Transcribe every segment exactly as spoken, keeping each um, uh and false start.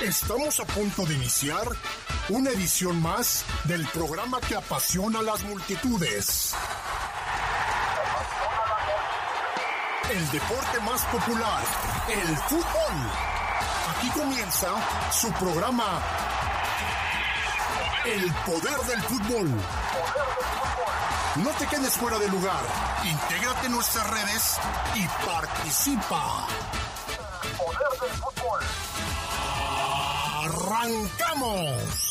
Estamos a punto de iniciar una edición más del programa que apasiona a las multitudes. El deporte más popular, el fútbol. Aquí comienza su programa, El Poder del Fútbol. No te quedes fuera de lugar. Intégrate en nuestras redes y participa. El Poder del Fútbol. ¡Arrancamos!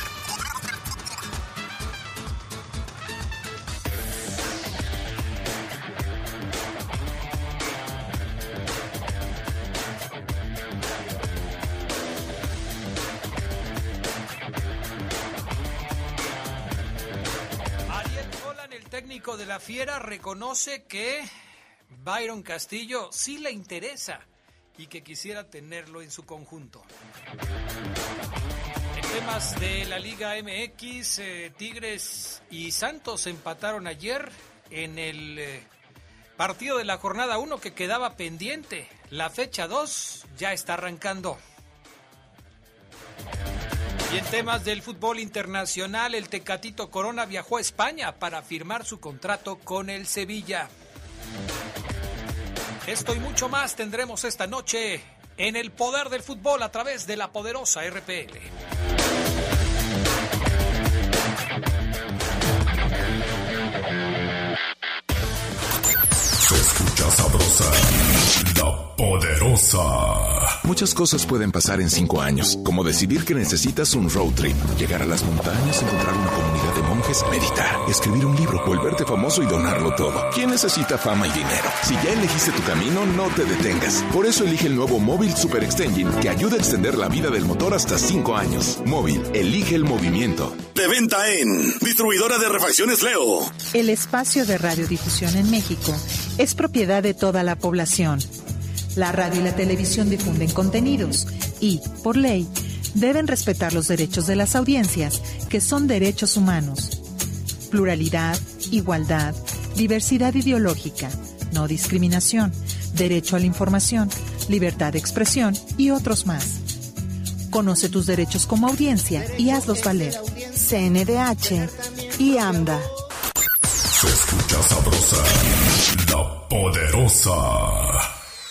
Técnico de la Fiera reconoce que Byron Castillo sí le interesa y que quisiera tenerlo en su conjunto. En temas de la Liga M X, eh, Tigres y Santos empataron ayer en el eh, partido de la jornada uno que quedaba pendiente. La fecha dos ya está arrancando. Y en temas del fútbol internacional, el Tecatito Corona viajó a España para firmar su contrato con el Sevilla. Esto y mucho más tendremos esta noche en El Poder del Fútbol a través de la poderosa R P L. Se escucha sabrosa, la poderosa. Muchas cosas pueden pasar en cinco años, como decidir que necesitas un road trip, llegar a las montañas, encontrar una comunidad de monjes, meditar, escribir un libro, volverte famoso y donarlo todo. ¿Quién necesita fama y dinero? Si ya elegiste tu camino, no te detengas. Por eso elige el nuevo Móvil Super Extension, que ayuda a extender la vida del motor hasta cinco años. Móvil, elige el movimiento. De venta en Distribuidora de Refacciones Leo. El espacio de radiodifusión en México es propiedad de toda la población. La radio y la televisión difunden contenidos y, por ley, deben respetar los derechos de las audiencias, que son derechos humanos. Pluralidad, igualdad, diversidad ideológica, no discriminación, derecho a la información, libertad de expresión y otros más. Conoce tus derechos como audiencia y hazlos valer. C N D H y AMDA. Se escucha sabrosa, la poderosa.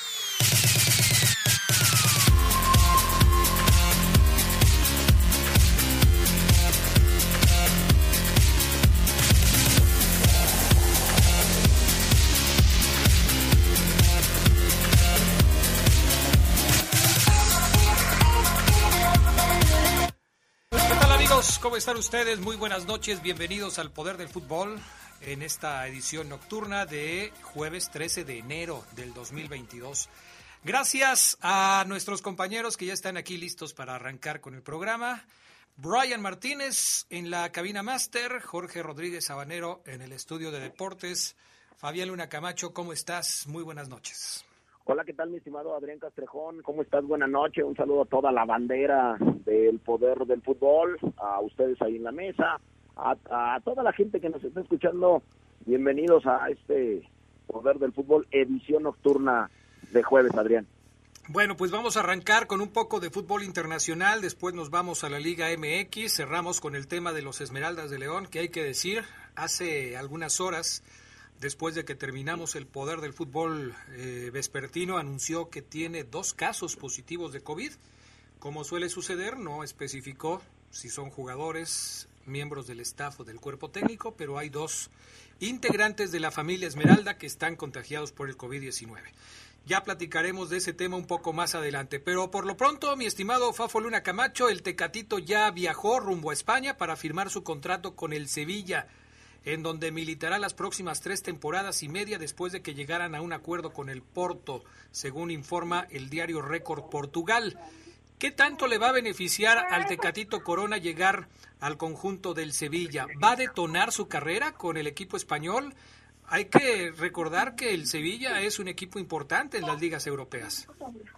¿Cómo están ustedes? Muy buenas noches, bienvenidos al Poder del Fútbol en esta edición nocturna de jueves trece de enero del dos mil veintidós. Gracias a nuestros compañeros que ya están aquí listos para arrancar con el programa. Brian Martínez en la cabina máster, Jorge Rodríguez Sabanero en el estudio de deportes. Fabián Luna Camacho, ¿cómo estás? Muy buenas noches. Hola, ¿qué tal, mi estimado Adrián Castrejón? ¿Cómo estás? Buenas noches. Un saludo a toda la bandera del Poder del Fútbol, a ustedes ahí en la mesa, a, a toda la gente que nos está escuchando. Bienvenidos a este Poder del Fútbol, edición nocturna de jueves, Adrián. Bueno, pues vamos a arrancar con un poco de fútbol internacional, después nos vamos a la Liga M X, cerramos con el tema de los Esmeraldas de León, que hay que decir, hace algunas horas, después de que terminamos el Poder del Fútbol eh, vespertino, anunció que tiene dos casos positivos de COVID. Como suele suceder, no especificó si son jugadores, miembros del staff o del cuerpo técnico, pero hay dos integrantes de la familia Esmeralda que están contagiados por el COVID diecinueve. Ya platicaremos de ese tema un poco más adelante, pero por lo pronto, mi estimado Fafo Luna Camacho, el Tecatito ya viajó rumbo a España para firmar su contrato con el Sevilla, en donde militará las próximas tres temporadas y media después de que llegaran a un acuerdo con el Porto, según informa el diario Récord Portugal. ¿Qué tanto le va a beneficiar al Tecatito Corona llegar al conjunto del Sevilla? ¿Va a detonar su carrera con el equipo español? Hay que recordar que el Sevilla es un equipo importante en las ligas europeas.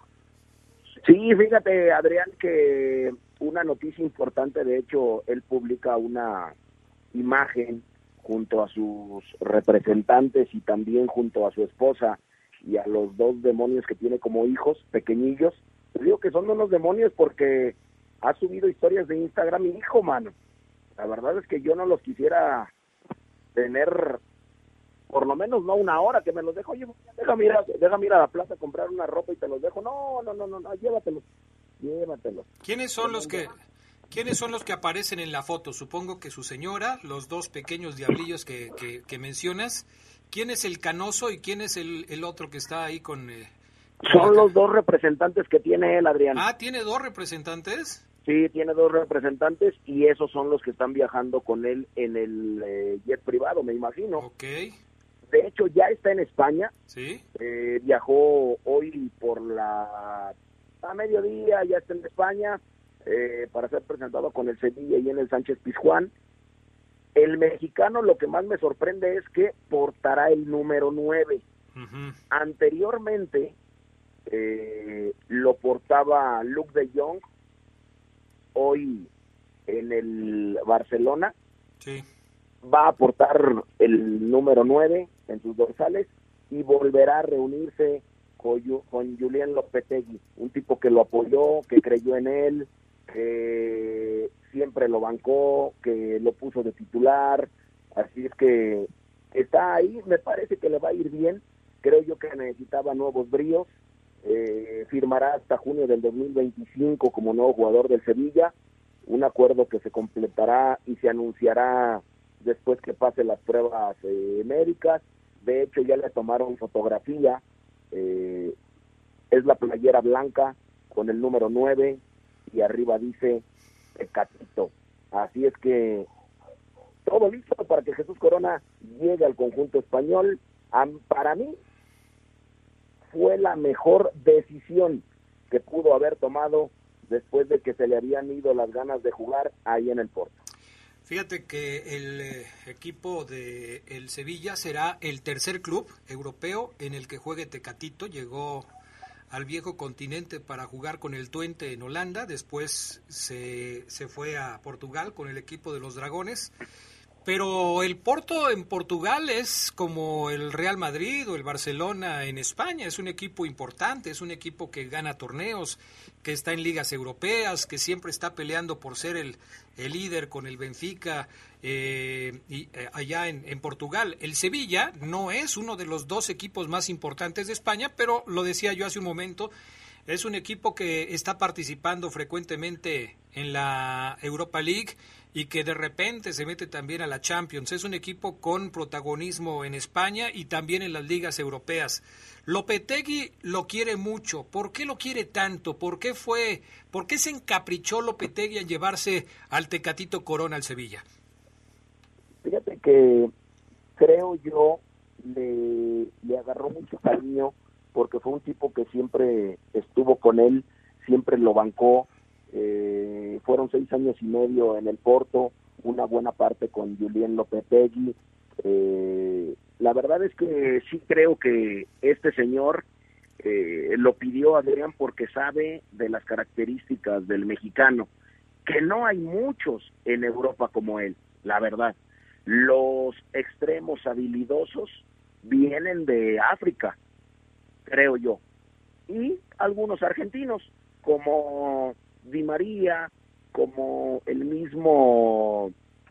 Sí, fíjate, Adrián, que una noticia importante, de hecho, él publica una imagen junto a sus representantes y también junto a su esposa y a los dos demonios que tiene como hijos pequeños. Te digo que son unos demonios porque ha subido historias de Instagram mi hijo, mano. La verdad es que yo no los quisiera tener, por lo menos no una hora, que me los dejo. Oye, déjame ir a, déjame ir a la plaza a comprar una ropa y te los dejo. No, no, no, no, no, llévatelos, llévatelos. ¿Quiénes son los que... ¿Quiénes son los que aparecen en la foto? Supongo que su señora, los dos pequeños diablillos que, que, que mencionas. ¿Quién es el canoso y quién es el, el otro que está ahí con... Eh, con son la... los dos representantes que tiene él, Adrián. Ah, ¿tiene dos representantes? Sí, tiene dos representantes y esos son los que están viajando con él en el eh, jet privado, me imagino. Ok. De hecho, ya está en España. Sí. Eh, viajó hoy por la... a mediodía, ya está en España. Eh, para ser presentado con el Sevilla y en el Sánchez Pizjuán. El mexicano, lo que más me sorprende es que portará el número nueve. Uh-huh. Anteriormente eh, lo portaba Luuk de Jong, hoy en el Barcelona. Sí. Va a portar el número nueve en sus dorsales y volverá a reunirse con, con Julián Lopetegui, un tipo que lo apoyó, que creyó en él, que siempre lo bancó, que lo puso de titular, así es que está ahí, me parece que le va a ir bien. Creo yo que necesitaba nuevos bríos. Eh, firmará hasta junio del dos mil veinticinco como nuevo jugador del Sevilla, un acuerdo que se completará y se anunciará después que pase las pruebas eh, médicas. De hecho ya le tomaron fotografía, eh, es la playera blanca con el número nueve y arriba dice Tecatito. Así es que todo listo para que Jesús Corona llegue al conjunto español. Um, para mí fue la mejor decisión que pudo haber tomado después de que se le habían ido las ganas de jugar ahí en el Porto. Fíjate que el eh, equipo de el Sevilla será el tercer club europeo en el que juegue Tecatito. Llegó al viejo continente para jugar con el Twente en Holanda, después se, se fue a Portugal con el equipo de los Dragones, pero el Porto en Portugal es como el Real Madrid o el Barcelona en España, es un equipo importante, es un equipo que gana torneos, que está en ligas europeas, que siempre está peleando por ser el, el líder con el Benfica eh, y, eh, allá en, en Portugal. El Sevilla no es uno de los dos equipos más importantes de España, pero lo decía yo hace un momento, es un equipo que está participando frecuentemente en la Europa League y que de repente se mete también a la Champions. Es un equipo con protagonismo en España y también en las ligas europeas. Lopetegui lo quiere mucho. ¿Por qué lo quiere tanto? ¿Por qué fue, por qué se encaprichó Lopetegui en llevarse al Tecatito Corona al Sevilla? Fíjate que creo yo le, le agarró mucho cariño porque fue un tipo que siempre estuvo con él, siempre lo bancó. Eh, fueron seis años y medio en el Porto, una buena parte con Julián Lopetegui. Eh, la verdad es que sí creo que este señor eh, lo pidió Adrián porque sabe de las características del mexicano, que no hay muchos en Europa como él, la verdad. Los extremos habilidosos vienen de África, creo yo, y algunos argentinos como Di María, como el mismo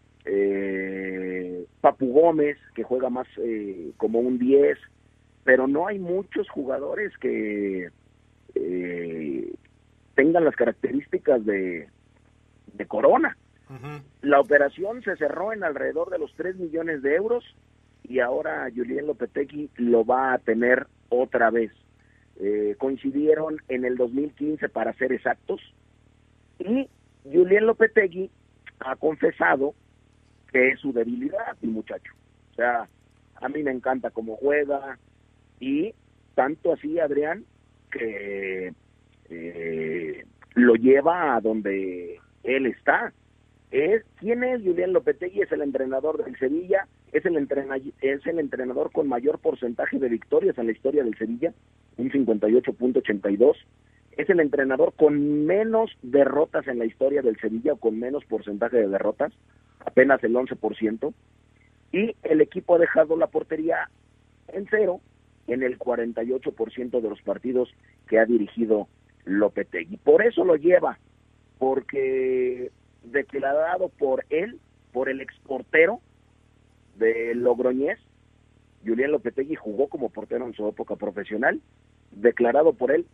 eh, Papu Gómez, que juega más eh, como un diez, pero no hay muchos jugadores que eh, tengan las características de, de Corona. Uh-huh. La operación se cerró en alrededor de los tres millones de euros y ahora Julián Lopetegui lo va a tener otra vez. Eh, coincidieron en el dos mil quince para ser exactos, y Julián Lopetegui ha confesado que es su debilidad, mi muchacho. O sea, a mí me encanta cómo juega, y tanto así, Adrián, que eh, lo lleva a donde él está. Es, ¿quién es Julián Lopetegui? Es el entrenador del Sevilla, es el, entrena, es el entrenador con mayor porcentaje de victorias en la historia del Sevilla, un cincuenta y ocho punto ochenta y dos. Es el entrenador con menos derrotas en la historia del Sevilla, o con menos porcentaje de derrotas, apenas el once por ciento, y el equipo ha dejado la portería en cero en el cuarenta y ocho por ciento de los partidos que ha dirigido Lopetegui. Por eso lo lleva, porque declarado por él, por el exportero de Logroñés, Julián Lopetegui jugó como portero en su época profesional, declarado por él,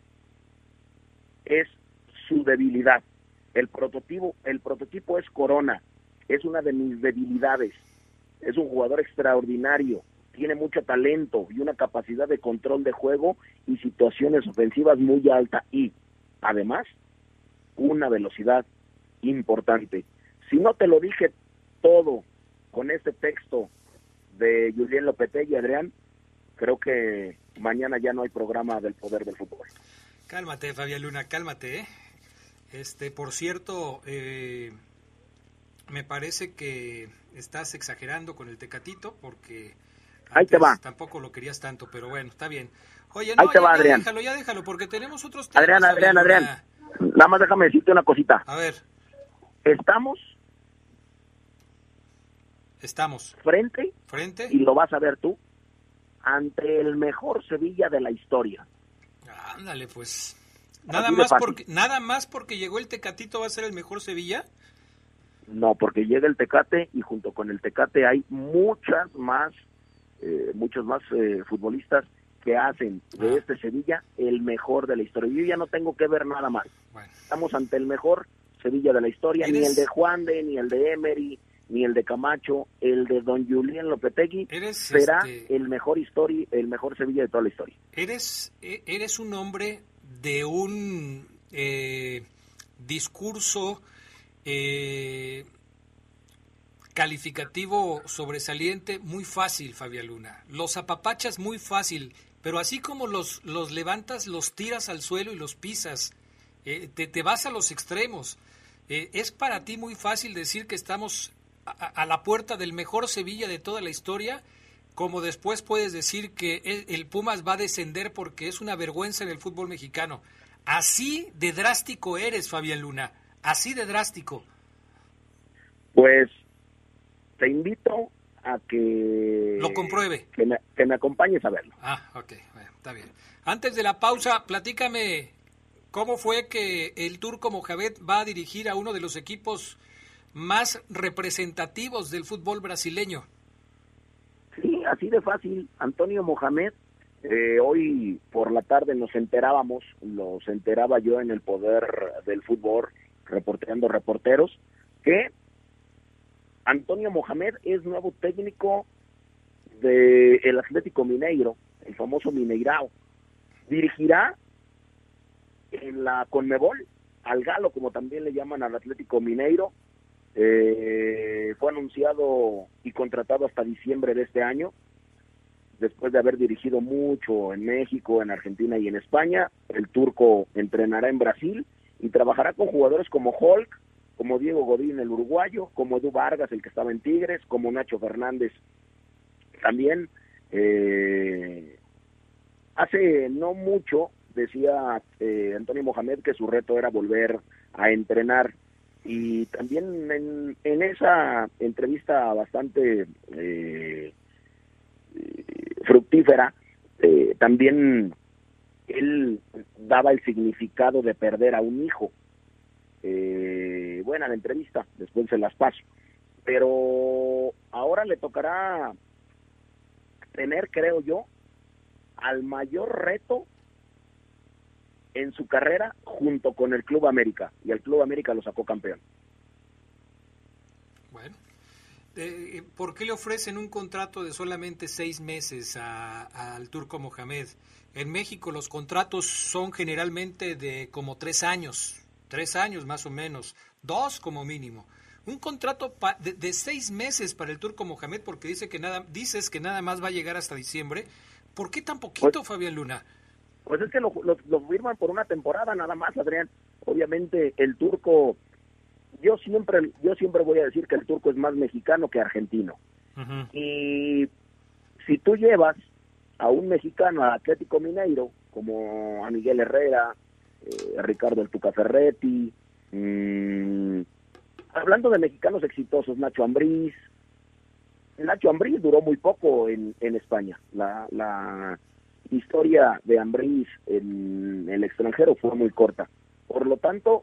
es su debilidad. El prototipo, el prototipo es Corona, es una de mis debilidades, es un jugador extraordinario, tiene mucho talento y una capacidad de control de juego y situaciones ofensivas muy alta y, además, una velocidad importante. Si no te lo dije todo con este texto de Julián Lopetegui, Adrián, creo que mañana ya no hay programa del Poder del Fútbol. Cálmate, Fabián Luna, cálmate, ¿eh? Este, por cierto, eh, me parece que estás exagerando con el Tecatito, porque ahí te va. Tampoco lo querías tanto, pero bueno, está bien. Oye, no, ahí te ya, va, ya Adrián. déjalo, ya déjalo, porque tenemos otros temas. Adrián, Adrián, Adrián, Adrián, nada más déjame decirte una cosita. A ver. Estamos Estamos frente, frente, y lo vas a ver tú, ante el mejor Sevilla de la historia. Ándale, pues. Nada más porque nada más porque llegó el Tecatito va a ser el mejor Sevilla. No, porque llega el Tecate y junto con el Tecate hay muchas más, eh, muchos más eh, futbolistas que hacen de ah. este Sevilla el mejor de la historia. Yo ya no tengo que ver nada más. Bueno. Estamos ante el mejor Sevilla de la historia, ¿Eres... ni el de Juan de, ni el de Emery, ni el de Camacho, el de don Julián Lopetegui eres, será este... el mejor historia, el mejor Sevilla de toda la historia. Eres, eres un hombre de un eh, discurso eh, calificativo sobresaliente muy fácil, Fabián Luna. Los apapachas muy fácil, pero así como los, los levantas, los tiras al suelo y los pisas. Eh, te, te vas a los extremos. Eh, es para ti muy fácil decir que estamos a, a la puerta del mejor Sevilla de toda la historia, como después puedes decir que el, el Pumas va a descender porque es una vergüenza en el fútbol mexicano. Así de drástico eres, Fabián Luna, así de drástico. Pues te invito a que lo compruebe, que me, que me acompañes a verlo. Ah, ok, bueno, está bien. Antes de la pausa, platícame cómo fue que el Turco Mohamed va a dirigir a uno de los equipos más representativos del fútbol brasileño. Sí, así de fácil. Antonio Mohamed, eh, hoy por la tarde nos enterábamos, los enteraba yo en el Poder del Fútbol, reporteando reporteros, que Antonio Mohamed es nuevo técnico del Atlético Mineiro, el famoso Mineirao. Dirigirá en la Conmebol al Galo, como también le llaman al Atlético Mineiro. Eh, fue anunciado y contratado hasta diciembre de este año, después de haber dirigido mucho en México, en Argentina y en España. El turco entrenará en Brasil y trabajará con jugadores como Hulk, como Diego Godín, el uruguayo, como Edu Vargas, el que estaba en Tigres, como Nacho Fernández también. Eh, hace no mucho decía eh, Antonio Mohamed que su reto era volver a entrenar, y también en, en esa entrevista bastante eh, fructífera, eh, también él daba el significado de perder a un hijo. Eh, buena la entrevista, después se las paso, pero ahora le tocará tener, creo yo, al mayor reto en su carrera junto con el Club América, y el Club América lo sacó campeón. Bueno, eh, ¿por qué le ofrecen un contrato de solamente seis meses a, al Turco Mohamed? En México los contratos son generalmente de como tres años, tres años más o menos, dos como mínimo. Un contrato pa, de, de seis meses para el Turco Mohamed, porque dice que nada, dices que nada más va a llegar hasta diciembre. ¿Por qué tan poquito, pues, Fabián Luna? Pues es que lo, lo, lo firman por una temporada nada más, Adrián. Obviamente el turco, yo siempre yo siempre voy a decir que el turco es más mexicano que argentino. Uh-huh. Y si tú llevas a un mexicano al Atlético Mineiro, como a Miguel Herrera, eh, a Ricardo El Tuca Ferretti, mmm, hablando de mexicanos exitosos, Nacho Ambriz. Nacho Ambriz duró muy poco en, en España. La... la historia de Ambriz en el extranjero fue muy corta. Por lo tanto,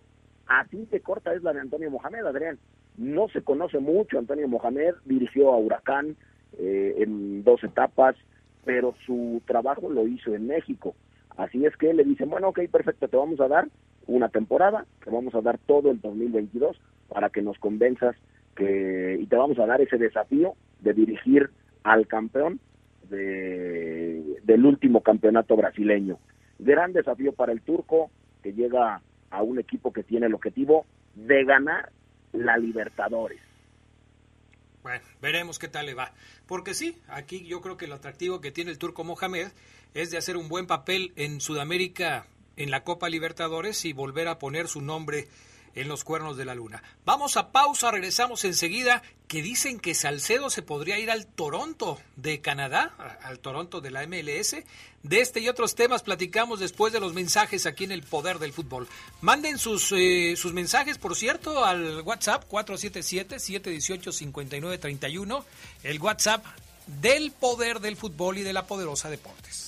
Así de corta es la de Antonio Mohamed, Adrián. No se conoce mucho. Antonio Mohamed dirigió a Huracán eh, en dos etapas, pero su trabajo lo hizo en México. Así es que le dicen, bueno, ok, perfecto, te vamos a dar una temporada, te vamos a dar todo el dos mil veintidós para que nos convenzas que y te vamos a dar ese desafío de dirigir al campeón de, del último campeonato brasileño. Gran desafío para el turco, que llega a un equipo que tiene el objetivo de ganar la Libertadores. Bueno, veremos qué tal le va. Porque sí, aquí yo creo que lo atractivo que tiene el turco Mohamed es de hacer un buen papel en Sudamérica en la Copa Libertadores y volver a poner su nombre en los cuernos de la luna. Vamos a pausa, regresamos enseguida, que dicen que Salcedo se podría ir al Toronto de Canadá, al Toronto de la M L S. De este y otros temas platicamos después de los mensajes aquí en El Poder del Fútbol. Manden sus eh, sus mensajes, por cierto, al WhatsApp cuatro siete siete, siete uno ocho, cinco nueve tres uno, el WhatsApp del Poder del Fútbol y de la Poderosa Deportes.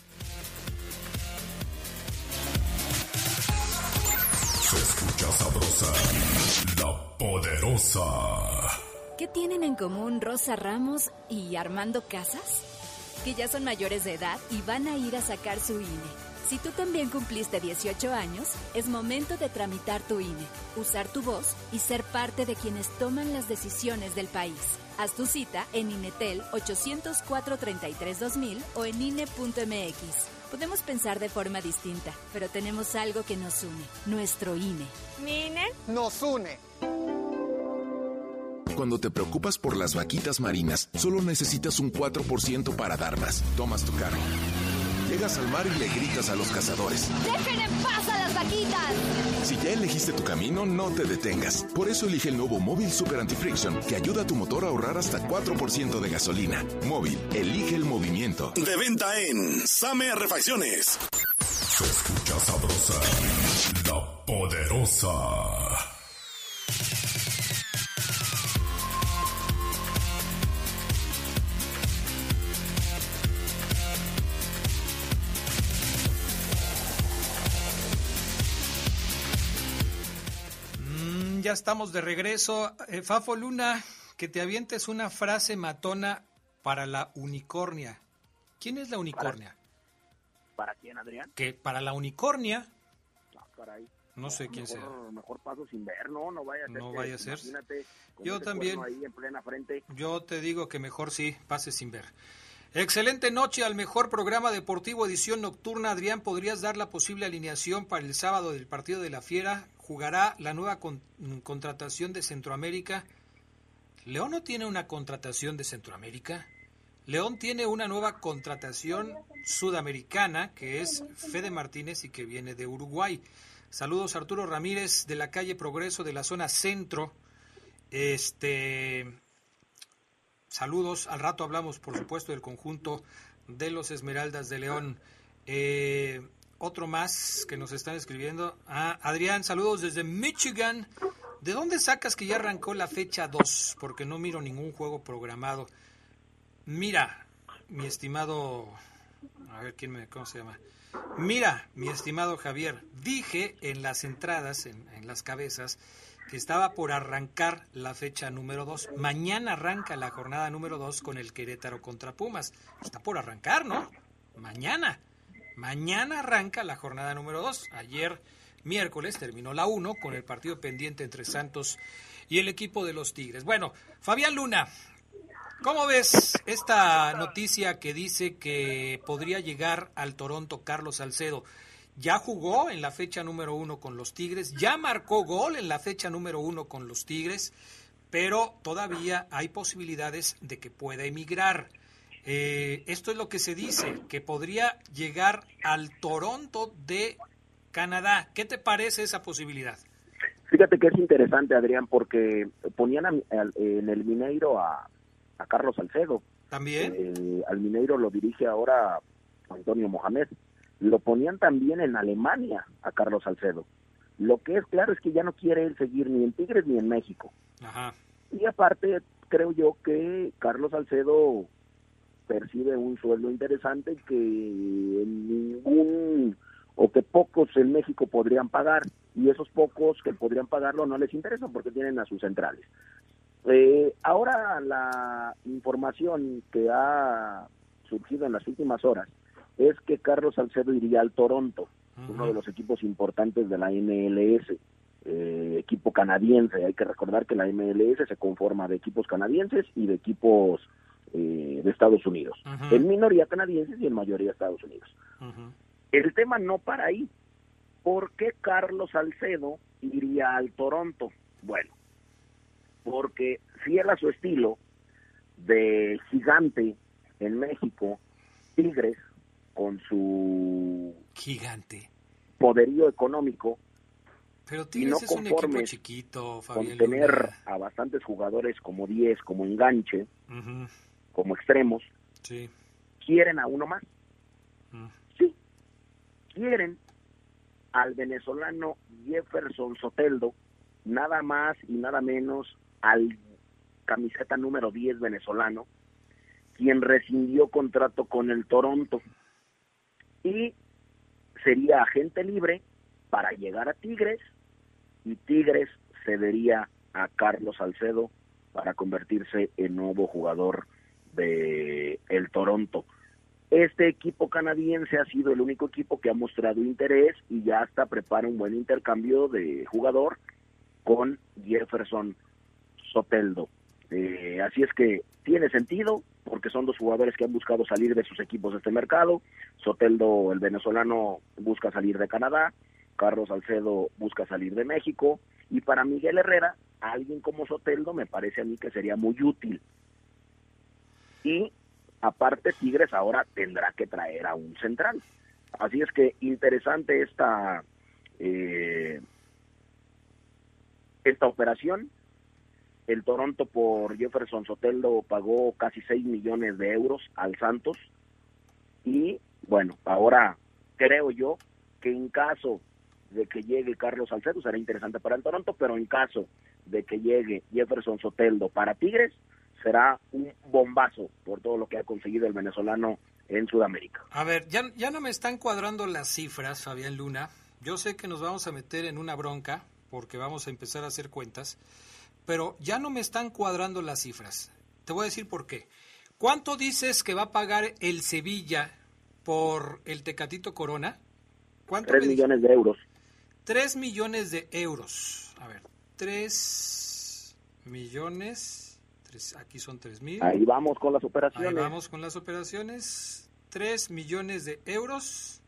Se escucha sabrosa, La Poderosa. ¿Qué tienen en común Rosa Ramos y Armando Casas? Que ya son mayores de edad y van a ir a sacar su I N E. Si tú también cumpliste dieciocho años, es momento de tramitar tu I N E, usar tu voz y ser parte de quienes toman las decisiones del país. Haz tu cita en Inetel ochocientos cuatro, treinta y tres, dos mil o en I N E punto M X. Podemos pensar de forma distinta, pero tenemos algo que nos une, nuestro I N E. ¿Mi I N E? Nos une. Cuando te preocupas por las vaquitas marinas, solo necesitas un cuatro por ciento para dar más. Tomas tu carro. Llegas al mar y le gritas a los cazadores. ¡Dejen en paz a las vaquitas! Si ya elegiste tu camino, no te detengas. Por eso elige el nuevo Móvil Super Anti-Friction, que ayuda a tu motor a ahorrar hasta cuatro por ciento de gasolina. Móvil, elige el movimiento. De venta en Same Refacciones. Se escucha sabrosa, La Poderosa. Ya estamos de regreso. Eh, Fafo Luna, que te avientes una frase matona para la unicornia. ¿Quién es la unicornia? ¿Para, ¿para quién, Adrián? Que para la unicornia. Ah, caray. No sé quién mejor, sea. Mejor paso sin ver, no, no vaya a ser. No que, vaya a ser. Imagínate. Yo también. Ahí en plena frente. Yo te digo que mejor sí, pase sin ver. Excelente noche al mejor programa deportivo edición nocturna. Adrián, ¿podrías dar la posible alineación para el sábado del partido de la Fiera? ¿Jugará la nueva con, contratación de Centroamérica? ¿León no tiene una contratación de Centroamérica? León tiene una nueva contratación sudamericana, que es Fede Martínez y que viene de Uruguay. Saludos, Arturo Ramírez, de la calle Progreso, de la zona centro. Este... Saludos, al rato hablamos, por supuesto, del conjunto de los Esmeraldas de León. Eh, otro más que nos están escribiendo. Ah, Adrián, saludos desde Michigan. ¿De dónde sacas que ya arrancó la fecha dos? Porque no miro ningún juego programado. Mira, mi estimado... A ver, ¿quién me, ¿cómo se llama? Mira, mi estimado Javier, dije en las entradas, en, en las cabezas, que estaba por arrancar la fecha número dos. Mañana arranca la jornada número dos con el Querétaro contra Pumas. Está por arrancar, ¿no? Mañana. Mañana arranca la jornada número dos. Ayer, miércoles, terminó la uno con el partido pendiente entre Santos y el equipo de los Tigres. Bueno, Fabián Luna, ¿cómo ves esta noticia que dice que podría llegar al Toronto Carlos Salcedo? Ya jugó en la fecha número uno con los Tigres, ya marcó gol en la fecha número uno con los Tigres, pero todavía hay posibilidades de que pueda emigrar. Eh, esto es lo que se dice, que podría llegar al Toronto de Canadá. ¿Qué te parece esa posibilidad? Fíjate que es interesante, Adrián, porque ponían a, a, en el Mineiro a, a Carlos Salcedo. ¿También? Eh, al Mineiro lo dirige ahora Antonio Mohamed. Lo ponían también en Alemania a Carlos Salcedo. Lo que es claro es que ya no quiere él seguir ni en Tigres ni en México. Ajá. Y aparte, creo yo que Carlos Salcedo percibe un sueldo interesante que en ningún o que pocos en México podrían pagar, y esos pocos que podrían pagarlo no les interesa porque tienen a sus centrales. Eh, ahora la información que ha surgido en las últimas horas es que Carlos Salcedo iría al Toronto, uh-huh. uno de los equipos importantes de la M L S, eh, equipo canadiense. Hay que recordar que la M L S se conforma de equipos canadienses y de equipos eh, de Estados Unidos, uh-huh. en minoría canadienses y en mayoría Estados Unidos. Uh-huh. El tema no para ahí. ¿Por qué Carlos Salcedo iría al Toronto? Bueno, porque fiel a su estilo de gigante en México, Tigres, con su gigante poderío económico, pero Tigres no es un equipo chiquito, Fabián, con tener Luna. A bastantes jugadores como diez, como enganche, uh-huh. como extremos, sí. quieren a uno más. Uh-huh. Sí, quieren al venezolano Jefferson Soteldo, nada más y nada menos al camiseta número diez venezolano, quien rescindió contrato con el Toronto y sería agente libre para llegar a Tigres, y Tigres cedería a Carlos Salcedo para convertirse en nuevo jugador de el Toronto. Este equipo canadiense ha sido el único equipo que ha mostrado interés y ya hasta prepara un buen intercambio de jugador con Jefferson Soteldo. Eh, así es que tiene sentido, porque son dos jugadores que han buscado salir de sus equipos de este mercado. Soteldo, el venezolano, busca salir de Canadá, Carlos Salcedo busca salir de México, y para Miguel Herrera, alguien como Soteldo me parece a mí que sería muy útil. Y aparte, Tigres ahora tendrá que traer a un central. Así es que interesante esta eh, esta operación. El Toronto por Jefferson Soteldo pagó casi seis millones de euros al Santos, y bueno, ahora creo yo que en caso de que llegue Carlos Salcedo será interesante para el Toronto, pero en caso de que llegue Jefferson Soteldo para Tigres, será un bombazo por todo lo que ha conseguido el venezolano en Sudamérica. A ver, ya, ya no me están cuadrando las cifras, Fabián Luna. Yo sé que nos vamos a meter en una bronca porque vamos a empezar a hacer cuentas, pero ya no me están cuadrando las cifras. Te voy a decir por qué. ¿Cuánto dices que va a pagar el Sevilla por el Tecatito Corona? ¿Cuánto? Tres millones de euros. Tres millones de euros. A ver, tres millones... Aquí son tres mil. Ahí vamos con las operaciones. Ahí vamos con las operaciones. Tres millones de euros.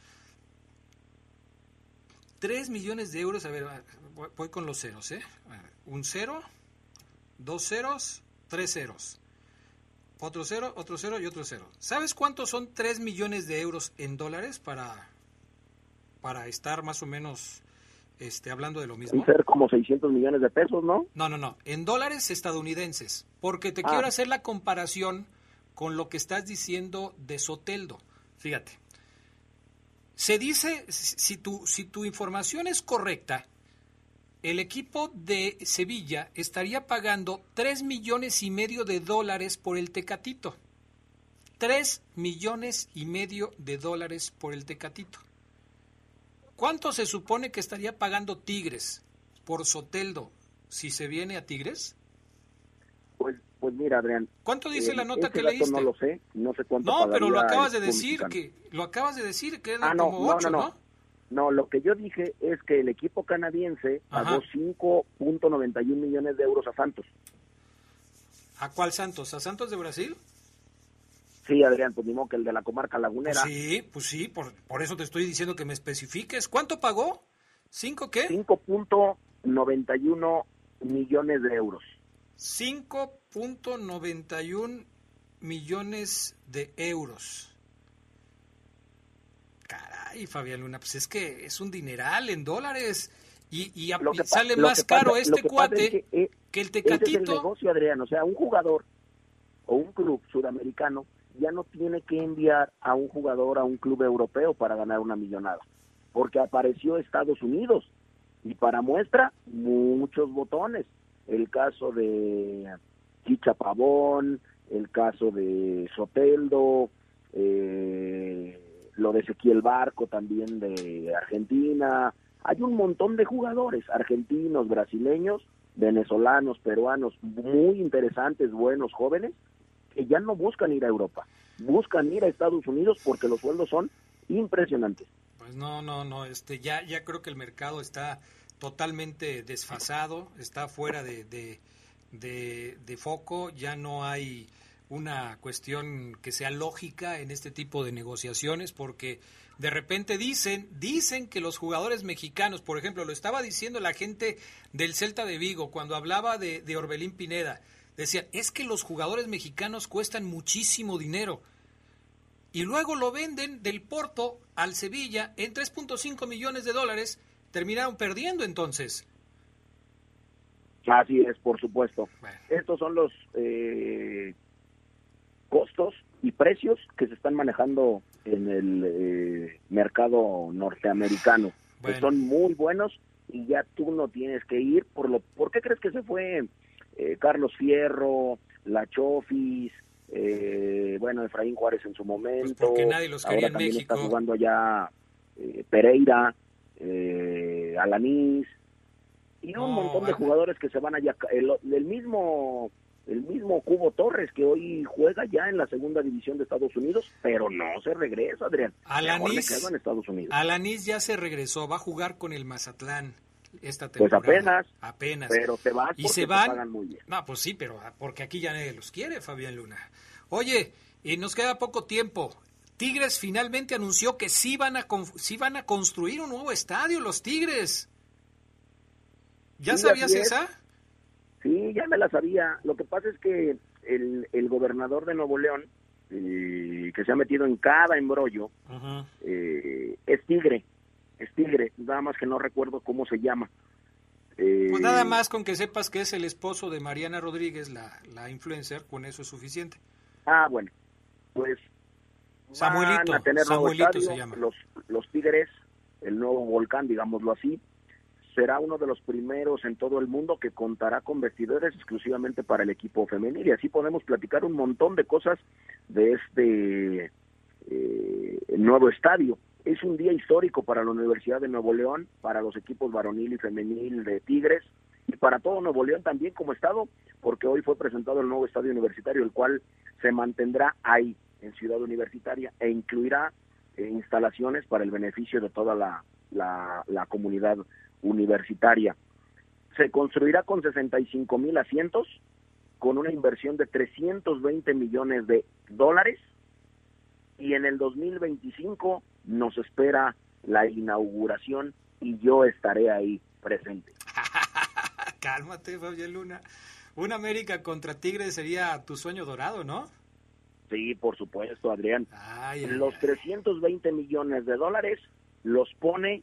Tres millones de euros. A ver, voy con los ceros, ¿eh? Un cero, dos ceros, tres ceros. Otro cero, otro cero y otro cero. ¿Sabes cuántos son tres millones de euros en dólares para, para estar más o menos... Este, hablando de lo mismo. Ser como seiscientos millones de pesos, ¿no? No, no, no, en dólares estadounidenses, porque te ah. quiero hacer la comparación con lo que estás diciendo de Soteldo. Fíjate, se dice, si tu, si tu información es correcta, el equipo de Sevilla estaría pagando tres millones y medio de dólares por el Tecatito. Tres millones y medio de dólares por el Tecatito. ¿Cuánto se supone que estaría pagando Tigres por Soteldo si se viene a Tigres? Pues, pues mira, Adrián. ¿Cuánto dice eh, la nota que leíste? No lo sé, no sé cuánto. No, pero lo acabas de decir que lo acabas de decir que era ah, no, como no, ocho, no, ¿no? ¿no? No, lo que yo dije es que el equipo canadiense pagó cinco punto noventa y uno millones de euros a Santos. ¿A cuál Santos? ¿A Santos de Brasil? Sí, Adrián, pues ni modo que el de la comarca lagunera. Pues sí, pues sí, por, por eso te estoy diciendo que me especifiques. ¿Cuánto pagó? ¿Cinco qué? cinco punto noventa y uno millones de euros. cinco punto noventa y uno millones de euros. Caray, Fabián Luna, pues es que es un dineral en dólares. Y, y, a, y sale más caro pasa, este cuate es que, eh, que el Tecatito. Ese es el negocio, Adrián. O sea, un jugador o un club sudamericano ya no tiene que enviar a un jugador a un club europeo para ganar una millonada, porque apareció Estados Unidos, y para muestra, muchos botones. El caso de Chicha Pavón, el caso de Soteldo, eh, lo de Ezequiel Barco también de Argentina. Hay un montón de jugadores argentinos, brasileños, venezolanos, peruanos, muy interesantes, buenos, jóvenes, que ya no buscan ir a Europa, buscan ir a Estados Unidos porque los sueldos son impresionantes. Pues no, no, no, este, ya, ya creo que el mercado está totalmente desfasado, está fuera de, de, de, de foco, ya no hay una cuestión que sea lógica en este tipo de negociaciones, porque de repente dicen, dicen que los jugadores mexicanos, por ejemplo, lo estaba diciendo la gente del Celta de Vigo cuando hablaba de, de Orbelín Pineda, decían, es que los jugadores mexicanos cuestan muchísimo dinero, y luego lo venden del Porto al Sevilla en tres punto cinco millones de dólares, terminaron perdiendo entonces. Así es, por supuesto. Bueno. Estos son los eh, costos y precios que se están manejando en el eh, mercado norteamericano. Bueno. Que son muy buenos y ya tú no tienes que ir por lo... ¿Por qué crees que se fue eh, Carlos Fierro, La Chofis, eh, bueno, Efraín Juárez en su momento? Pues porque nadie los quería ahora en también México. está jugando allá eh, Pereira, eh, Alanís y un No, montón de bueno. jugadores que se van allá. El, el mismo el mismo Cubo Torres, que hoy juega ya en la segunda división de Estados Unidos, pero no se regresa, Adrián. Mejor me Alanís, quedo en Estados Unidos. Alanís ya se regresó, va a jugar con el Mazatlán esta Pues temporada. apenas, apenas. pero te vas y porque se te van. pagan muy bien. No, pues sí, pero porque aquí ya nadie los quiere, Fabián Luna. Oye, y nos queda poco tiempo. Tigres finalmente anunció que sí van a con- sí van a construir un nuevo estadio, los Tigres. ¿Ya Sí, sabías así es. esa? Sí, ya me la sabía. Lo que pasa es que el, el gobernador de Nuevo León, eh, que se ha metido en cada embrollo, Ajá. eh, es Tigre, es Tigre, nada más que no recuerdo cómo se llama. Eh, Pues nada más con que sepas que es el esposo de Mariana Rodríguez, la, la influencer, con eso es suficiente. Ah, bueno, pues Samuelito, van a tener nuevo Samuelito estadio, se llama. Los, los Tigres, el nuevo volcán, digámoslo así, será uno de los primeros en todo el mundo que contará con vestidores exclusivamente para el equipo femenil, y así podemos platicar un montón de cosas de este eh, nuevo estadio. Es un día histórico para la Universidad de Nuevo León, para los equipos varonil y femenil de Tigres, y para todo Nuevo León también como estado, porque hoy fue presentado el nuevo estadio universitario, el cual se mantendrá ahí, en Ciudad Universitaria, e incluirá eh, instalaciones para el beneficio de toda la, la, la comunidad universitaria. Se construirá con sesenta y cinco mil asientos, con una inversión de trescientos veinte millones de dólares, y en el dos mil veinticinco nos espera la inauguración y yo estaré ahí presente. Cálmate, Fabián Luna. Un América contra Tigres sería tu sueño dorado, ¿no? Sí, por supuesto, Adrián. Ay, ay, Los ay. trescientos veinte millones de dólares los pone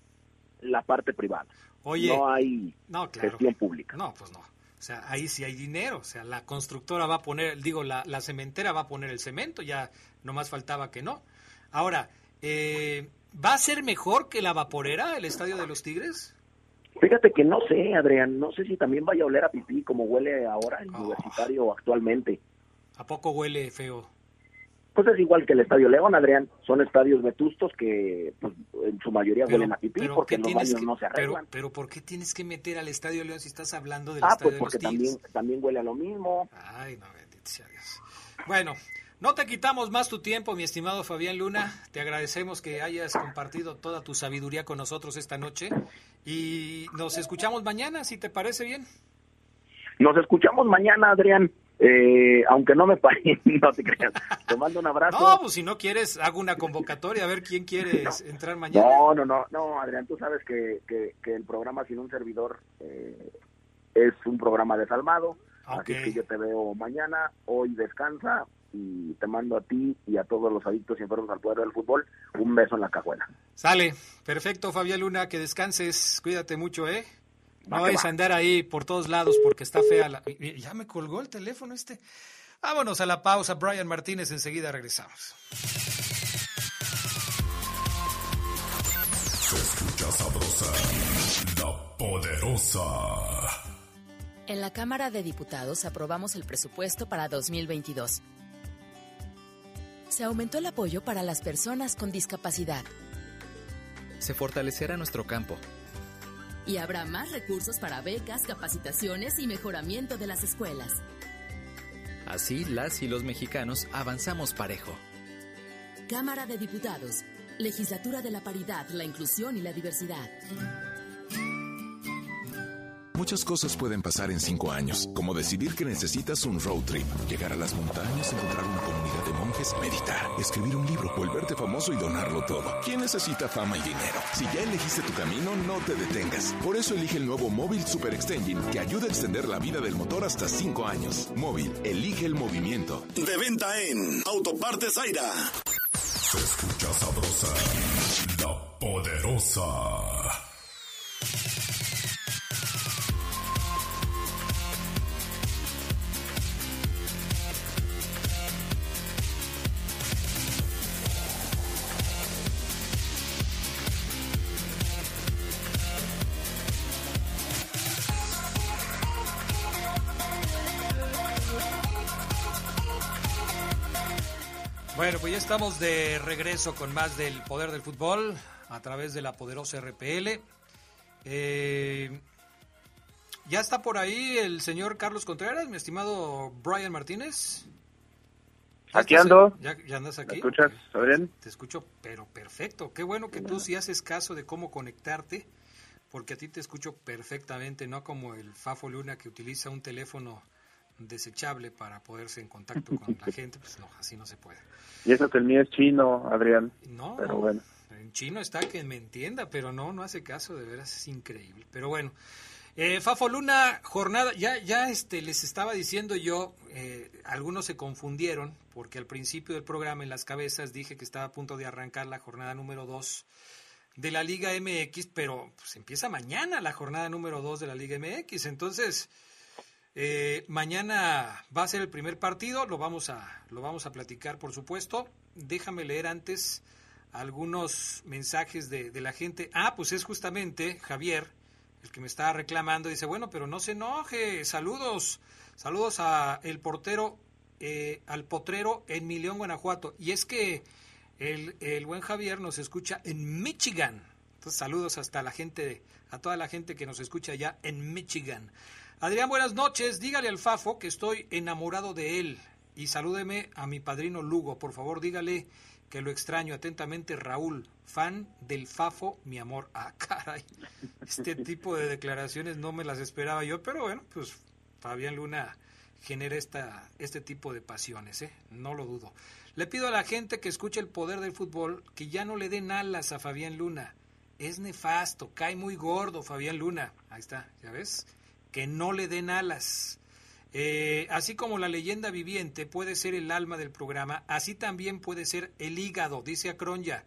la parte privada. Oye, no hay no, claro. gestión pública. No, pues no. O sea, ahí sí hay dinero. O sea, la constructora va a poner, digo, la, la cementera va a poner el cemento, ya nomás faltaba que no. Ahora, eh, ¿va a ser mejor que la Vaporera, el estadio de los Tigres? Fíjate que no sé, Adrián, no sé si también vaya a oler a pipí como huele ahora el Oh. Universitario actualmente. ¿A poco huele feo? Pues es igual que el Estadio León, Adrián. Son estadios vetustos que pues, en su mayoría Pero- huelen a pipí pero porque ¿qué los tienes baños que- no se pero, arreglan. pero ¿por qué tienes que meter al Estadio León si estás hablando del Ah, estadio pues de los porque Tigres? también, también huele a lo mismo. Ay, no, bendito sea Dios. Bueno, no te quitamos más tu tiempo, mi estimado Fabián Luna. Te agradecemos que hayas compartido toda tu sabiduría con nosotros esta noche. Y nos escuchamos mañana, si te parece bien. Nos escuchamos mañana, Adrián. Eh, aunque no me pare, no te creas. Te mando un abrazo. No, pues si no quieres, hago una convocatoria a ver quién quiere entrar mañana. No, no, no, no, Adrián, tú sabes que, que, que el programa Sin un Servidor eh, es un programa desalmado, Ok. así que yo te veo mañana, hoy descansa y te mando a ti y a todos los adictos y enfermos al poder del fútbol un beso en la cajuela. Sale, perfecto, Fabián Luna, que descanses, cuídate mucho, ¿eh? No Va que vayas va. a andar ahí por todos lados porque está fea la... Ya me colgó el teléfono este. Vámonos a la pausa, Brian Martínez, enseguida regresamos. Se escucha sabrosa, la poderosa. En la Cámara de Diputados aprobamos el presupuesto para dos mil veintidós. se aumentó el apoyo para las personas con discapacidad. Se fortalecerá nuestro campo. Y habrá más recursos para becas, capacitaciones y mejoramiento de las escuelas. Así, las y los mexicanos avanzamos parejo. Cámara de Diputados, Legislatura de la Paridad, la Inclusión y la Diversidad. Muchas cosas pueden pasar en cinco años, como decidir que necesitas un road trip, llegar a las montañas, encontrar una comunidad de monjes, meditar, escribir un libro, volverte famoso y donarlo todo. ¿Quién necesita fama y dinero? Si ya elegiste tu camino, no te detengas. Por eso elige el nuevo Móvil Super Extension, que ayuda a extender la vida del motor hasta cinco años. Móvil, elige el movimiento. De venta en Autopartes Zaira. Se escucha sabrosa, La Poderosa. Bueno, pues ya estamos de regreso con más del Poder del Fútbol a través de la poderosa R P L. Eh, ya está por ahí el señor Carlos Contreras, mi estimado Brian Martínez. Aquí ando. ¿Ya, ya andas aquí? ¿Me escuchas? ¿Está bien? Te escucho, pero perfecto. Qué bueno que tú sí haces caso de cómo conectarte, porque a ti te escucho perfectamente, no como el Fafo Luna que utiliza un teléfono desechable para poderse en contacto con la gente. Pues no, así no se puede. Y eso que el mío es chino, Adrián. No, pero bueno. En chino está que me entienda, pero no, no hace caso, de veras es increíble. Pero bueno, eh, Fafo Luna, jornada, ya, ya este, les estaba diciendo yo, eh, algunos se confundieron, porque al principio del programa en las cabezas dije que estaba a punto de arrancar la jornada número dos de la Liga M X, pero pues empieza mañana la jornada número dos de la Liga M X, entonces... Eh, mañana va a ser el primer partido, lo vamos a lo vamos a platicar, por supuesto. Déjame leer antes algunos mensajes de, de la gente. Ah, pues es justamente Javier el que me está reclamando. Dice, bueno, pero no se enoje. Saludos, saludos a el portero, eh, al potrero en Mi León, Guanajuato. Y es que el, el buen Javier nos escucha en Michigan. Entonces, saludos hasta la gente, a toda la gente que nos escucha allá en Michigan. Adrián, buenas noches. Dígale al Fafo que estoy enamorado de él. Y salúdeme a mi padrino Lugo. Por favor, dígale que lo extraño. Atentamente, Raúl, fan del Fafo, mi amor. Ah, caray. Este tipo de declaraciones no me las esperaba yo. Pero bueno, pues Fabián Luna genera esta, este tipo de pasiones, ¿eh? No lo dudo. Le pido a la gente que escuche el Poder del Fútbol que ya no le den alas a Fabián Luna. Es nefasto, cae muy gordo Fabián Luna. Ahí está, ¿ya ves? Que no le den alas. Eh, así como la leyenda viviente puede ser el alma del programa, así también puede ser el hígado, dice Acronya.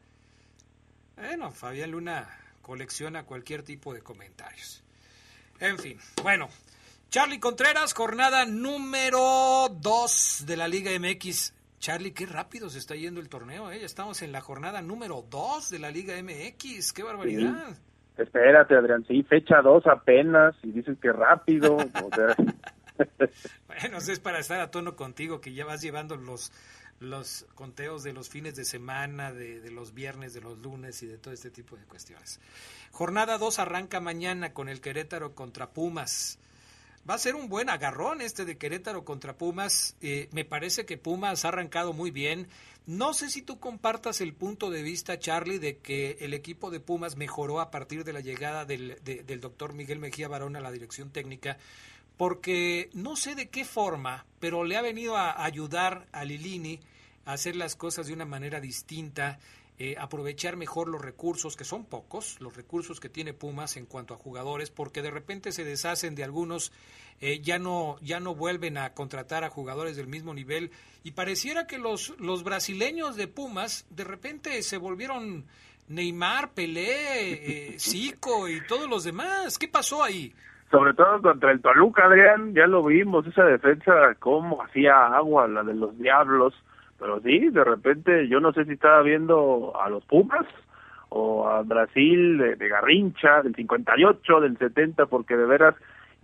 Bueno, Fabián Luna colecciona cualquier tipo de comentarios. En fin, bueno. Charlie Contreras, jornada número dos de la Liga M X. Charlie, qué rápido se está yendo el torneo, ¿eh? Ya estamos en la jornada número dos de la Liga M X. ¡Qué barbaridad! Sí. Espérate, Adrián, sí, fecha dos apenas, y dices que rápido, o sea... Bueno, eso es para estar a tono contigo, que ya vas llevando los los conteos de los fines de semana, de, de los viernes, de los lunes y de todo este tipo de cuestiones. Jornada dos arranca mañana con el Querétaro contra Pumas. Va a ser un buen agarrón este de Querétaro contra Pumas. Eh, me parece que Pumas ha arrancado muy bien. No sé si tú compartas el punto de vista, Charlie, de que el equipo de Pumas mejoró a partir de la llegada del, de, del doctor Miguel Mejía Barón a la dirección técnica, porque no sé de qué forma, pero le ha venido a ayudar a Lilini a hacer las cosas de una manera distinta, eh, aprovechar mejor los recursos, que son pocos, los recursos que tiene Pumas en cuanto a jugadores, porque de repente se deshacen de algunos, eh, ya no ya no vuelven a contratar a jugadores del mismo nivel, y pareciera que los, los brasileños de Pumas de repente se volvieron Neymar, Pelé, eh, Zico y todos los demás. ¿Qué pasó ahí? Sobre todo contra el Toluca, Adrián, ya lo vimos, esa defensa, cómo hacía agua, la de los Diablos. Pero sí, de repente, yo no sé si estaba viendo a los Pumas o a Brasil de, de Garrincha, del cincuenta y ocho, del setenta, porque de veras, yo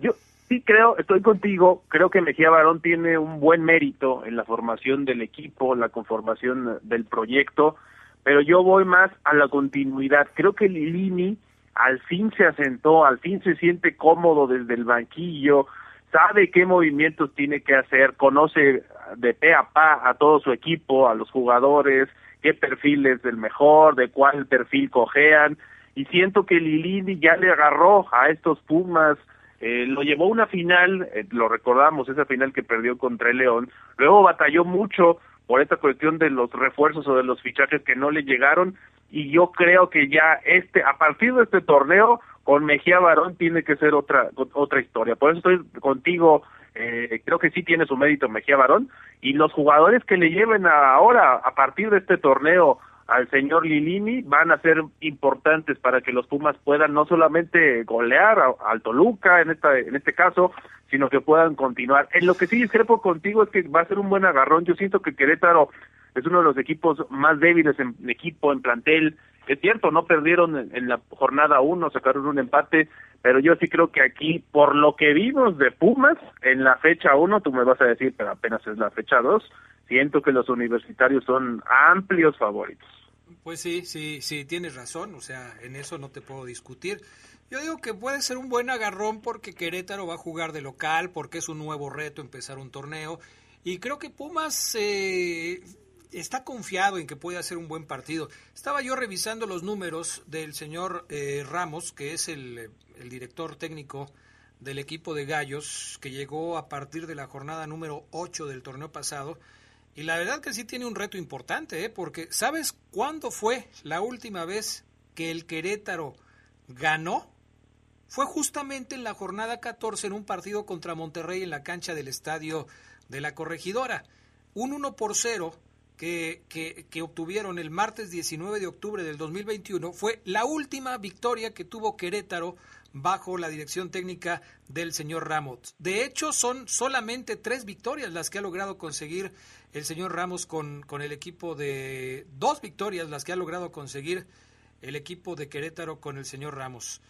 Sí, creo, estoy contigo, creo que Mejía Barón tiene un buen mérito en la formación del equipo, la conformación del proyecto, pero yo voy más a la continuidad. Creo que Lilini al fin se asentó, al fin se siente cómodo desde el banquillo, sabe qué movimientos tiene que hacer, conoce de pe a pa a todo su equipo, a los jugadores, qué perfil es el mejor, de cuál perfil cojean, y siento que Lilini ya le agarró a estos Pumas. Eh, lo llevó a una final, eh, lo recordamos, esa final que perdió contra el León, luego batalló mucho por esta cuestión de los refuerzos o de los fichajes que no le llegaron, y yo creo que ya este, a partir de este torneo, con Mejía Barón tiene que ser otra otra historia. Por eso estoy contigo, eh, creo que sí tiene su mérito Mejía Barón, y los jugadores que le lleven a, ahora, a partir de este torneo, al señor Lilini, van a ser importantes para que los Pumas puedan no solamente golear a, al Toluca en esta en este caso, sino que puedan continuar. En lo que sí discrepo contigo es que va a ser un buen agarrón. Yo siento que Querétaro es uno de los equipos más débiles en equipo, en plantel. Es cierto, no perdieron en, en la jornada uno, sacaron un empate, pero yo sí creo que aquí, por lo que vimos de Pumas en la fecha uno, tú me vas a decir, pero apenas es la fecha dos, siento que los universitarios son amplios favoritos. Pues sí, sí, sí, tienes razón, o sea, en eso no te puedo discutir. Yo digo que puede ser un buen agarrón porque Querétaro va a jugar de local, porque es un nuevo reto empezar un torneo, y creo que Pumas eh, está confiado en que puede hacer un buen partido. Estaba yo revisando los números del señor eh, Ramos, que es el, el director técnico del equipo de Gallos, que llegó a partir de la jornada número ocho del torneo pasado. Y la verdad que sí tiene un reto importante, ¿eh? Porque ¿sabes cuándo fue la última vez que el Querétaro ganó? Fue justamente en la jornada catorce en un partido contra Monterrey en la cancha del Estadio de la Corregidora. Un uno por cero que, que, que obtuvieron el martes diecinueve de octubre del dos mil veintiuno fue la última victoria que tuvo Querétaro bajo la dirección técnica del señor Ramos. De hecho, son solamente tres victorias las que ha logrado conseguir el señor Ramos con, con el equipo de... Dos victorias las que ha logrado conseguir el equipo de Querétaro con el señor Ramos.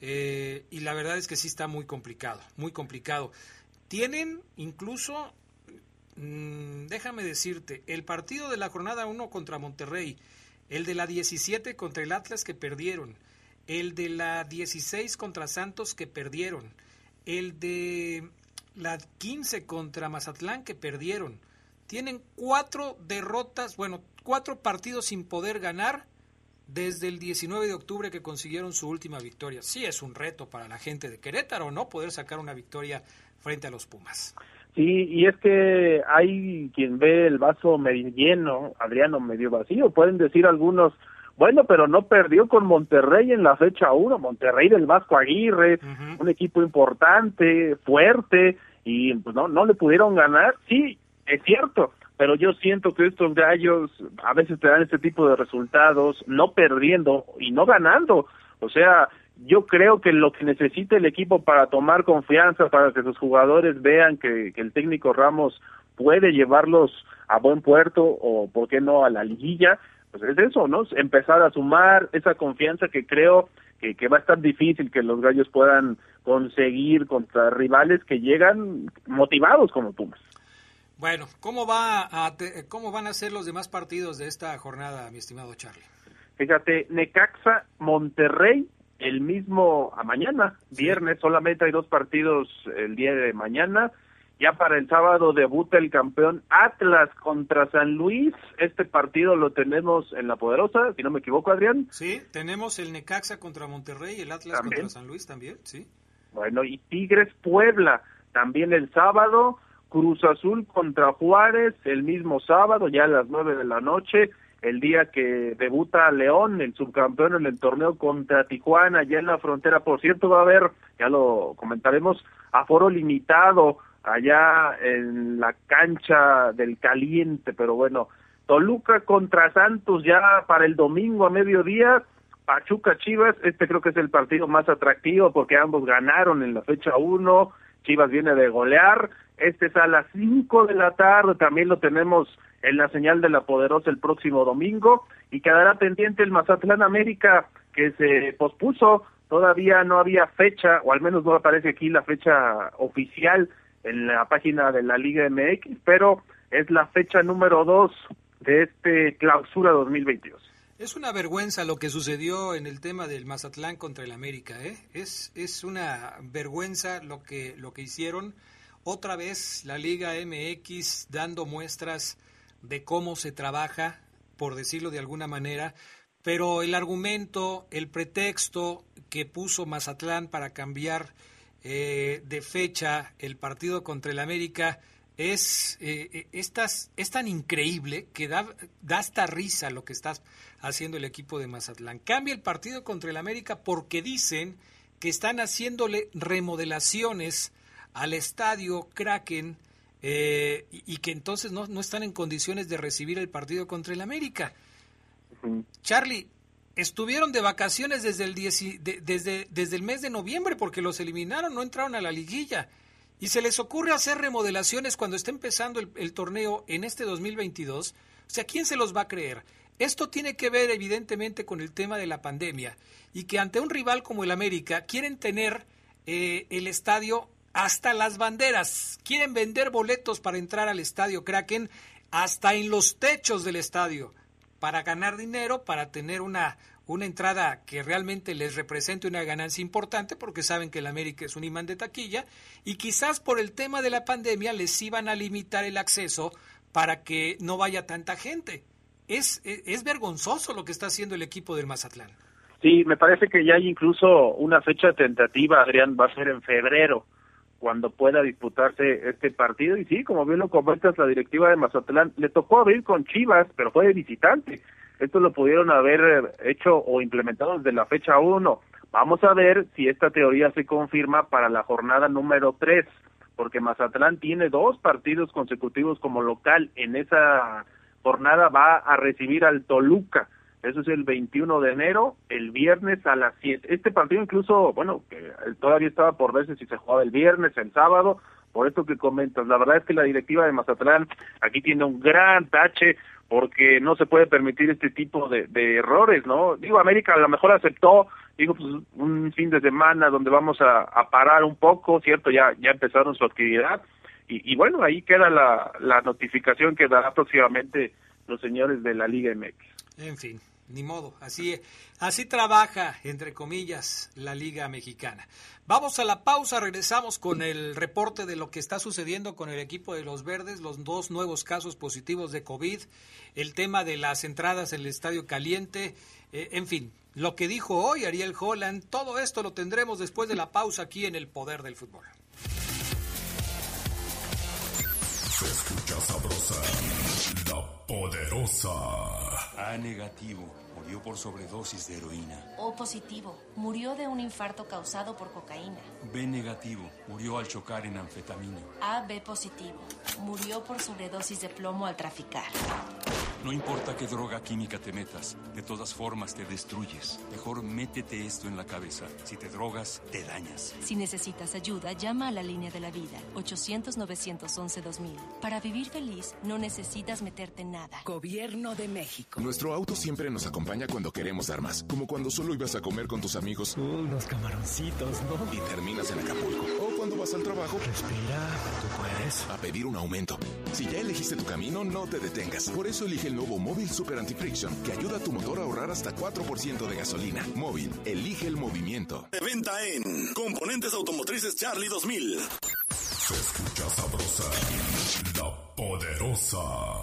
Eh, y la verdad es que sí está muy complicado, muy complicado. Tienen incluso, mmm, déjame decirte, el partido de la jornada uno contra Monterrey, el de la diecisiete contra el Atlas que perdieron, el de la dieciséis contra Santos que perdieron, el de la quince contra Mazatlán que perdieron. Tienen cuatro derrotas, bueno, cuatro partidos sin poder ganar desde el diecinueve de octubre que consiguieron su última victoria. Sí es un reto para la gente de Querétaro, ¿no? Poder sacar una victoria frente a los Pumas. Sí, y es que hay quien ve el vaso medio lleno, Adriano, medio vacío. Pueden decir algunos, bueno, pero no perdió con Monterrey en la fecha uno, Monterrey del Vasco Aguirre, uh-huh. Un equipo importante, fuerte, y pues no, no le pudieron ganar. Sí, es cierto, pero yo siento que estos Gallos a veces te dan este tipo de resultados, no perdiendo y no ganando. O sea, yo creo que lo que necesita el equipo para tomar confianza, para que sus jugadores vean que, que el técnico Ramos puede llevarlos a buen puerto o, ¿por qué no?, a la liguilla, pues es eso, ¿no? Empezar a sumar esa confianza que creo que, que va a estar difícil que los Gallos puedan conseguir contra rivales que llegan motivados como Pumas. Bueno, ¿cómo va a te, cómo van a ser los demás partidos de esta jornada, mi estimado Charlie? Fíjate, Necaxa, Monterrey, el mismo a mañana, sí. Viernes, solamente hay dos partidos el día de mañana. Ya para el sábado debuta el campeón Atlas contra San Luis. Este partido lo tenemos en La Poderosa, si no me equivoco, Adrián. Sí, tenemos el Necaxa contra Monterrey, el Atlas ¿También? Contra San Luis también, sí. Bueno, y Tigres Puebla, también el sábado. Cruz Azul contra Juárez, el mismo sábado, ya a las nueve de la noche, el día que debuta León, el subcampeón en el torneo contra Tijuana, ya en la frontera. Por cierto, va a haber, ya lo comentaremos, aforo limitado allá en la cancha del Caliente, pero bueno, Toluca contra Santos ya para el domingo a mediodía, Pachuca Chivas, este creo que es el partido más atractivo porque ambos ganaron en la fecha uno, Chivas viene de golear, este es a las cinco de la tarde, también lo tenemos en la señal de La Poderosa el próximo domingo, y quedará pendiente el Mazatlán América, que se pospuso todavía no había fecha, o al menos no aparece aquí la fecha oficial en la página de la Liga M X, pero es la fecha número dos de este Clausura dos mil veintidós. Es una vergüenza lo que sucedió en el tema del Mazatlán contra el América, ¿eh? Es es una vergüenza lo que lo que hicieron. Otra vez la Liga M X dando muestras de cómo se trabaja, por decirlo de alguna manera, pero el argumento, el pretexto que puso Mazatlán para cambiar eh, de fecha el partido contra el América es, eh, estas, es tan increíble que da, da hasta risa lo que está haciendo el equipo de Mazatlán. Cambia el partido contra el América porque dicen que están haciéndole remodelaciones al estadio Kraken eh, y, y que entonces no, no están en condiciones de recibir el partido contra el América. Uh-huh. Charlie, estuvieron de vacaciones desde el, diez, de, desde, desde el mes de noviembre porque los eliminaron, no entraron a la liguilla. Y se les ocurre hacer remodelaciones cuando está empezando el, el torneo en este dos mil veintidós. O sea, ¿quién se los va a creer? Esto tiene que ver evidentemente con el tema de la pandemia y que ante un rival como el América quieren tener eh, el estadio hasta las banderas. Quieren vender boletos para entrar al estadio Kraken hasta en los techos del estadio para ganar dinero, para tener una... una entrada que realmente les represente una ganancia importante porque saben que el América es un imán de taquilla y quizás por el tema de la pandemia les iban a limitar el acceso para que no vaya tanta gente. Es, es, es vergonzoso lo que está haciendo el equipo del Mazatlán. Sí, me parece que ya hay incluso una fecha tentativa, Adrián, va a ser en febrero, cuando pueda disputarse este partido. Y sí, como bien lo comentas, la directiva de Mazatlán le tocó abrir con Chivas, pero fue de visitante. Esto lo pudieron haber hecho o implementado desde la fecha uno. Vamos a ver si esta teoría se confirma para la jornada número tres, porque Mazatlán tiene dos partidos consecutivos como local. En esa jornada va a recibir al Toluca. Eso es el veintiuno de enero, el viernes a las siete. Este partido incluso, bueno, que todavía estaba por verse si se jugaba el viernes, el sábado, por esto que comentas. La verdad es que la directiva de Mazatlán aquí tiene un gran tache, porque no se puede permitir este tipo de, de errores, ¿no? Digo, América a lo mejor aceptó, digo, pues un fin de semana donde vamos a, a parar un poco, ¿cierto? Ya ya empezaron su actividad, y, y bueno, ahí queda la, la notificación que dará próximamente los señores de la Liga M X. En fin, ni modo, así, así trabaja, entre comillas, la Liga Mexicana. Vamos a la pausa, regresamos con el reporte de lo que está sucediendo con el equipo de los Verdes, los dos nuevos casos positivos de COVID, el tema de las entradas en el Estadio Caliente, eh, en fin, lo que dijo hoy Ariel Holland, todo esto lo tendremos después de la pausa aquí en El Poder del Fútbol. Se escucha sabrosa, La Poderosa. A negativo. Murió por sobredosis de heroína. O positivo. Murió de un infarto causado por cocaína. B negativo. Murió al chocar en anfetamina. A B positivo. Murió por sobredosis de plomo al traficar. No importa qué droga química te metas, de todas formas te destruyes. Mejor métete esto en la cabeza. Si te drogas, te dañas. Si necesitas ayuda, llama a la Línea de la Vida, ochocientos, novecientos once, dos mil. Para vivir feliz, no necesitas meterte en nada. Gobierno de México. Nuestro auto siempre nos acompaña cuando queremos dar más. Como cuando solo ibas a comer con tus amigos. Uh, unos camaroncitos, ¿no? Y terminas en Acapulco. O cuando vas al trabajo. Respira, tú puedes. A pedir un aumento. Si ya elegiste tu camino, no te detengas. Por eso elige el nuevo Móvil Super Anti-Friction, que ayuda a tu motor a ahorrar hasta cuatro por ciento de gasolina. Móvil, elige el movimiento. De venta en Componentes Automotrices Charlie dos mil. Se escucha sabrosa, La Poderosa.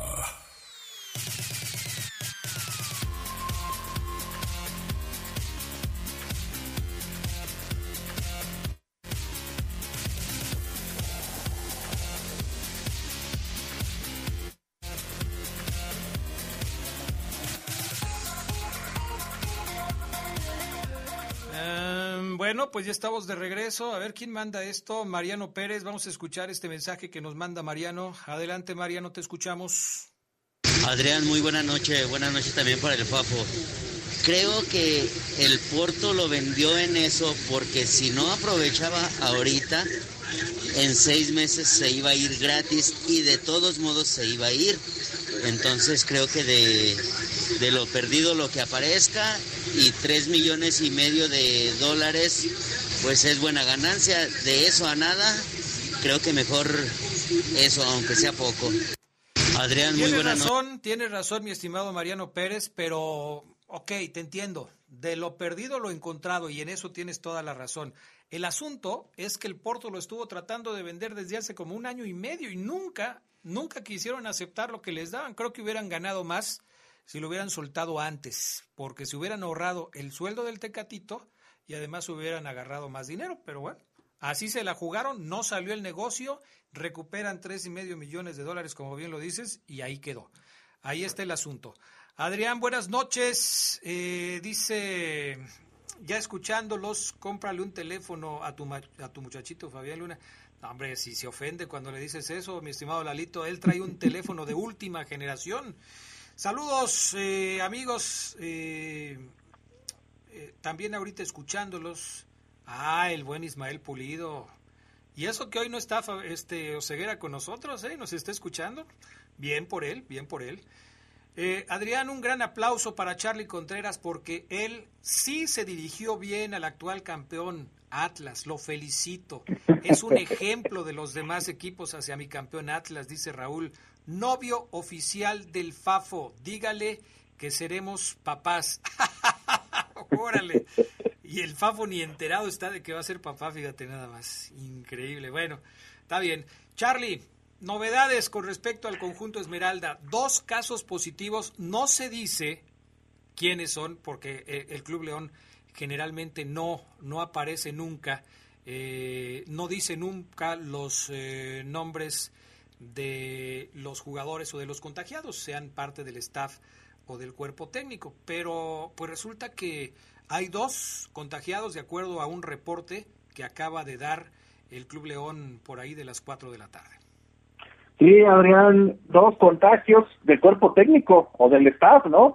Bueno, pues ya estamos de regreso. A ver quién manda esto. Mariano Pérez. Vamos a escuchar este mensaje que nos manda Mariano. Adelante, Mariano, te escuchamos. Adrián, muy buena noche. Buenas noches también para el Fafo. Creo que el Porto lo vendió en eso porque si no aprovechaba ahorita, en seis meses se iba a ir gratis y de todos modos se iba a ir. Entonces creo que de de lo perdido lo que aparezca, y tres millones y medio de dólares, pues es buena ganancia. De eso a nada, creo que mejor eso, aunque sea poco. Adrián, muy buena noche. Tienes razón, tienes razón, mi estimado Mariano Pérez, pero, ok, te entiendo. De lo perdido lo encontrado, y en eso tienes toda la razón. El asunto es que el Porto lo estuvo tratando de vender desde hace como un año y medio y nunca, nunca quisieron aceptar lo que les daban. Creo que hubieran ganado más si lo hubieran soltado antes, porque se hubieran ahorrado el sueldo del Tecatito y además hubieran agarrado más dinero, pero bueno, así se la jugaron, no salió el negocio, recuperan tres y medio millones de dólares, como bien lo dices, y ahí quedó. Ahí está el asunto. Adrián, buenas noches. Eh, dice, ya escuchándolos, cómprale un teléfono a tu a tu muchachito Fabián Luna. No, hombre, si se ofende cuando le dices eso, mi estimado Lalito, él trae un teléfono de última generación. Saludos, eh, amigos. Eh, eh, también ahorita escuchándolos. Ah, el buen Ismael Pulido. Y eso que hoy no está este Oseguera con nosotros, ¿eh? Nos está escuchando. Bien por él, bien por él. Eh, Adrián, un gran aplauso para Charly Contreras porque él sí se dirigió bien al actual campeón Atlas. Lo felicito. Es un ejemplo de los demás equipos hacia mi campeón Atlas, dice Raúl. Novio oficial del Fafo. Dígale que seremos papás. Órale. Y el Fafo ni enterado está de que va a ser papá, fíjate nada más. Increíble. Bueno, está bien. Charly, novedades con respecto al conjunto Esmeralda. Dos casos positivos. No se dice quiénes son, porque el Club León generalmente no, no aparece nunca. Eh, no dice nunca los eh, nombres de los jugadores o de los contagiados, sean parte del staff o del cuerpo técnico. Pero pues resulta que hay dos contagiados de acuerdo a un reporte que acaba de dar el Club León por ahí de las cuatro de la tarde. Sí, Adrián, dos contagios del cuerpo técnico o del staff, ¿no?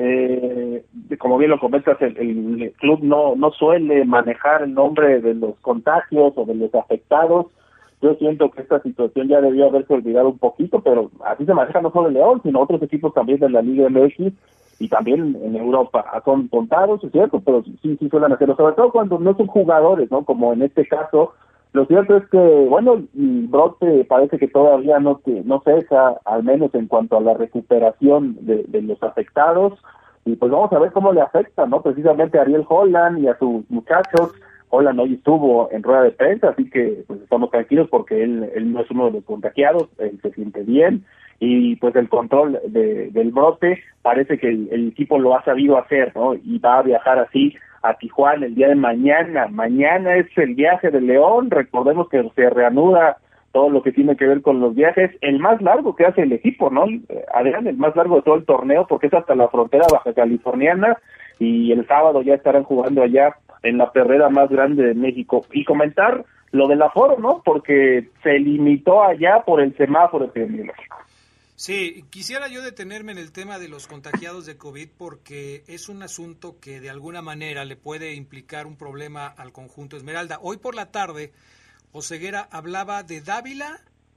Eh, como bien lo comentas, el, el club no, no suele manejar el nombre de los contagios o de los afectados. Yo siento que esta situación ya debió haberse olvidado un poquito, pero así se maneja no solo el León, sino otros equipos también de la Liga M X y también en Europa. Son contados, es cierto, pero sí, sí suelen hacerlo, sobre todo cuando no son jugadores, ¿no? Como en este caso. Lo cierto es que, bueno, el brote parece que todavía no te, no cesa, al menos en cuanto a la recuperación de, de los afectados, y pues vamos a ver cómo le afecta, ¿no? Precisamente a Ariel Holland y a sus muchachos. Holland hoy estuvo en rueda de prensa, así que pues estamos tranquilos porque él, él no es uno de los contagiados, él se siente bien, y pues el control de, del brote parece que el, el equipo lo ha sabido hacer, ¿no? Y va a viajar así a Tijuana el día de mañana. Mañana es el viaje de León, recordemos que se reanuda todo lo que tiene que ver con los viajes, el más largo que hace el equipo, ¿no? Adrián, el más largo de todo el torneo, porque es hasta la frontera baja californiana, y el sábado ya estarán jugando allá en la perrera más grande de México. Y comentar lo del aforo, ¿no? Porque se limitó allá por el semáforo epidemiológico. Sí, quisiera yo detenerme en el tema de los contagiados de COVID porque es un asunto que de alguna manera le puede implicar un problema al conjunto Esmeralda. Hoy por la tarde, Oseguera hablaba de Dávila,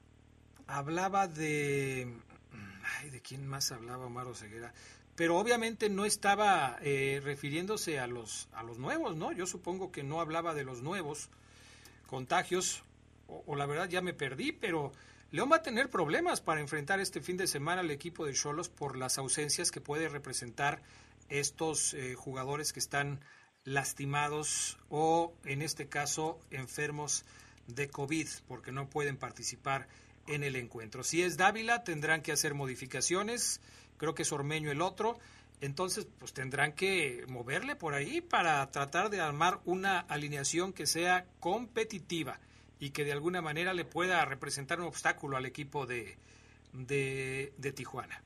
hablaba de... Ay, ¿de quién más hablaba Omar Oseguera? Pero obviamente no estaba eh, refiriéndose a los, a los nuevos, ¿no? Yo supongo que no hablaba de los nuevos contagios, o, o la verdad ya me perdí, pero... León va a tener problemas para enfrentar este fin de semana al equipo de Xolos por las ausencias que puede representar estos eh, jugadores que están lastimados o, en este caso, enfermos de COVID, porque no pueden participar en el encuentro. Si es Dávila, tendrán que hacer modificaciones, creo que es Ormeño el otro, entonces pues tendrán que moverle por ahí para tratar de armar una alineación que sea competitiva y que de alguna manera le pueda representar un obstáculo al equipo de, de, de Tijuana.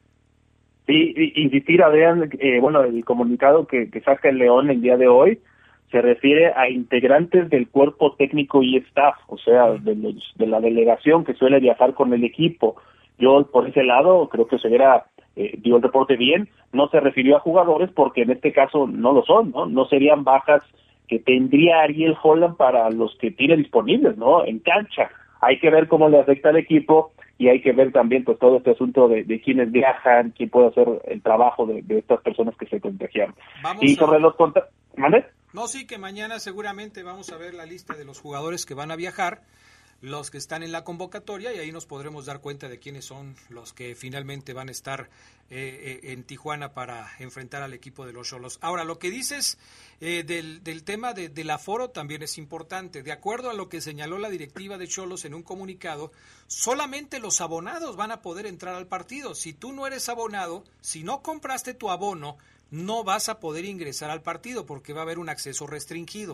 Sí, insistir, Adrián, eh, bueno, el comunicado que, que saca el León el día de hoy se refiere a integrantes del cuerpo técnico y staff, o sea, de, los, de la delegación que suele viajar con el equipo. Yo, por ese lado, creo que Oseguera eh, dio el reporte bien, no se refirió a jugadores porque en este caso no lo son, ¿no? No serían bajas que tendría Ariel Holland para los que tiene disponibles, ¿no? En cancha. hay que ver cómo le afecta al equipo y hay que ver también pues todo este asunto de, de quiénes viajan, quién puede hacer el trabajo de, de estas personas que se contagiaron. Vamos y a... sobre los contagios, ¿vale? No, sí, que mañana seguramente vamos a ver la lista de los jugadores que van a viajar, los que están en la convocatoria, y ahí nos podremos dar cuenta de quiénes son los que finalmente van a estar eh, eh, en Tijuana para enfrentar al equipo de los Xolos. Ahora, lo que dices eh, del, del tema de, del aforo también es importante. De acuerdo a lo que señaló la directiva de Xolos en un comunicado, solamente los abonados van a poder entrar al partido. Si tú no eres abonado, si no compraste tu abono, no vas a poder ingresar al partido porque va a haber un acceso restringido.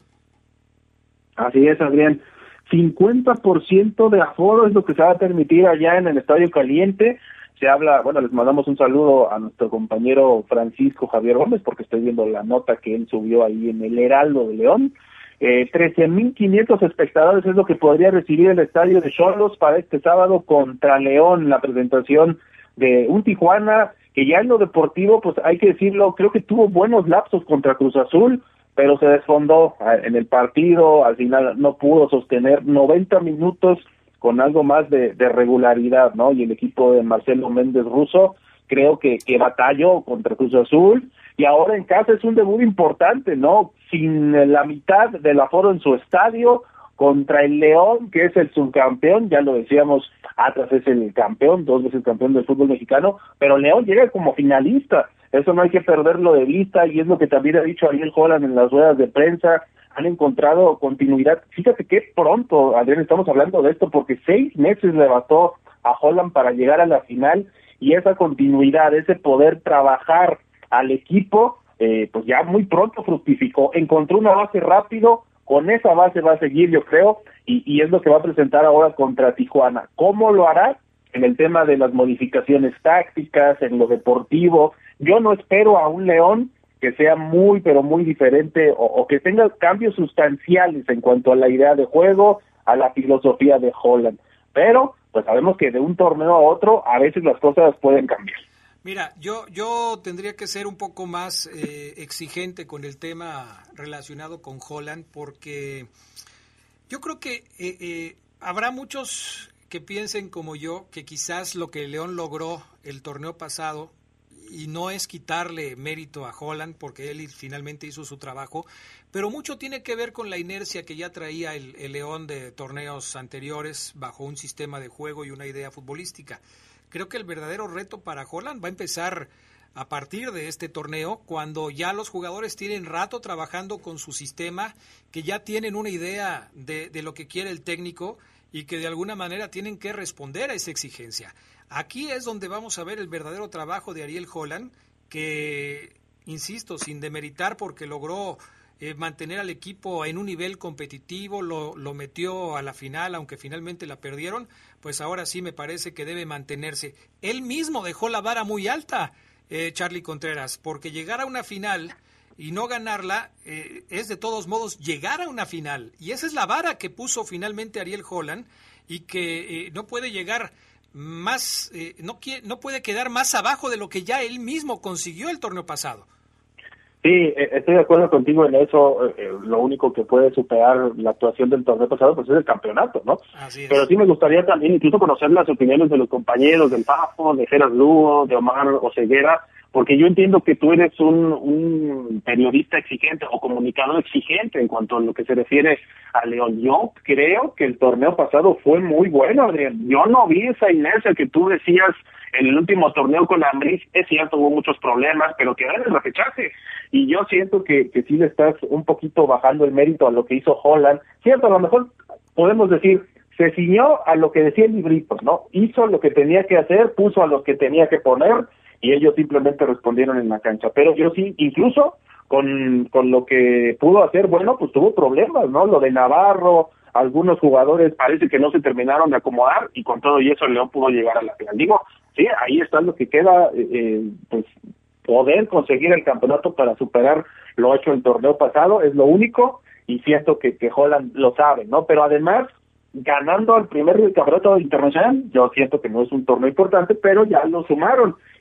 Así es, Adrián. cincuenta por ciento de aforo es lo que se va a permitir allá en el Estadio Caliente. Se habla, bueno, les mandamos un saludo a nuestro compañero Francisco Javier Gómez, porque estoy viendo la nota que él subió ahí en el Heraldo de León. Eh, trece mil quinientos espectadores es lo que podría recibir el Estadio de Xolos para este sábado contra León, la presentación de un Tijuana que ya en lo deportivo, pues hay que decirlo, creo que tuvo buenos lapsos contra Cruz Azul, pero se desfondó en el partido, al final no pudo sostener noventa minutos con algo más de, de regularidad, ¿no? Y el equipo de Marcelo Méndez Russo creo que, que batalló contra Cruz Azul, y ahora en casa es un debut importante, ¿no? Sin la mitad del aforo en su estadio, contra el León, que es el subcampeón, ya lo decíamos, Atlas es el campeón, dos veces campeón del fútbol mexicano, pero León llega como finalista. Eso no hay que perderlo de vista, y es lo que también ha dicho Ariel Holland en las ruedas de prensa. Han encontrado continuidad. Fíjate qué pronto, Adrián, estamos hablando de esto, porque seis meses le bastó a Holland para llegar a la final, y esa continuidad, ese poder trabajar al equipo, eh, pues ya muy pronto fructificó. Encontró una base rápido, con esa base va a seguir, yo creo, y, y es lo que va a presentar ahora contra Tijuana. ¿Cómo lo hará? En el tema de las modificaciones tácticas, en lo deportivo. Yo no espero a un León que sea muy, pero muy diferente, o, o que tenga cambios sustanciales en cuanto a la idea de juego, a la filosofía de Holland. Pero, pues sabemos que de un torneo a otro, a veces las cosas pueden cambiar. Mira, yo yo tendría que ser un poco más eh, exigente con el tema relacionado con Holland, porque yo creo que eh, eh, habrá muchos que piensen como yo, que quizás lo que León logró el torneo pasado, y no es quitarle mérito a Holland, porque él finalmente hizo su trabajo, pero mucho tiene que ver con la inercia que ya traía el, el León de torneos anteriores, bajo un sistema de juego y una idea futbolística. Creo que el verdadero reto para Holland va a empezar a partir de este torneo, cuando ya los jugadores tienen rato trabajando con su sistema, que ya tienen una idea de, de lo que quiere el técnico, y que de alguna manera tienen que responder a esa exigencia. Aquí es donde vamos a ver el verdadero trabajo de Ariel Holland, que, insisto, sin demeritar, porque logró eh, mantener al equipo en un nivel competitivo, lo, lo metió a la final, aunque finalmente la perdieron, pues ahora sí me parece que debe mantenerse. Él mismo dejó la vara muy alta, eh, Charlie Contreras, porque llegar a una final y no ganarla eh, es de todos modos llegar a una final, y esa es la vara que puso finalmente Ariel Holland, y que eh, no puede llegar más, eh, no, quiere, no puede quedar más abajo de lo que ya él mismo consiguió el torneo pasado. Sí, estoy de acuerdo contigo en eso. Eh, lo único que puede superar la actuación del torneo pasado pues es el campeonato, ¿no? Así es. Pero sí me gustaría también incluso conocer las opiniones de los compañeros del Fafo, de Geras Lugo, de Omar Oseguera, porque yo entiendo que tú eres un, un periodista exigente o comunicador exigente en cuanto a lo que se refiere a León. Yo creo que el torneo pasado fue muy bueno, Adrián. Yo no vi esa inercia que tú decías en el último torneo con Ambriz. Es cierto, hubo muchos problemas, pero que deben repechaje. Y yo siento que, que sí le estás un poquito bajando el mérito a lo que hizo Holland. Cierto, a lo mejor podemos decir, se ciñó a lo que decía el librito, ¿no? Hizo lo que tenía que hacer, puso a los que tenía que poner, y ellos simplemente respondieron en la cancha. Pero yo sí, incluso con, con lo que pudo hacer, bueno, pues tuvo problemas, ¿no? Lo de Navarro, algunos jugadores parece que no se terminaron de acomodar, y con todo y eso el León pudo llegar a la final. Digo, sí, ahí está lo que queda, eh, pues poder conseguir el campeonato para superar lo hecho el torneo pasado, es lo único, y siento que, que Holland lo sabe, ¿no? Pero además, ganando el primer campeonato internacional, yo siento que no es un torneo importante, pero ya lo sumaron,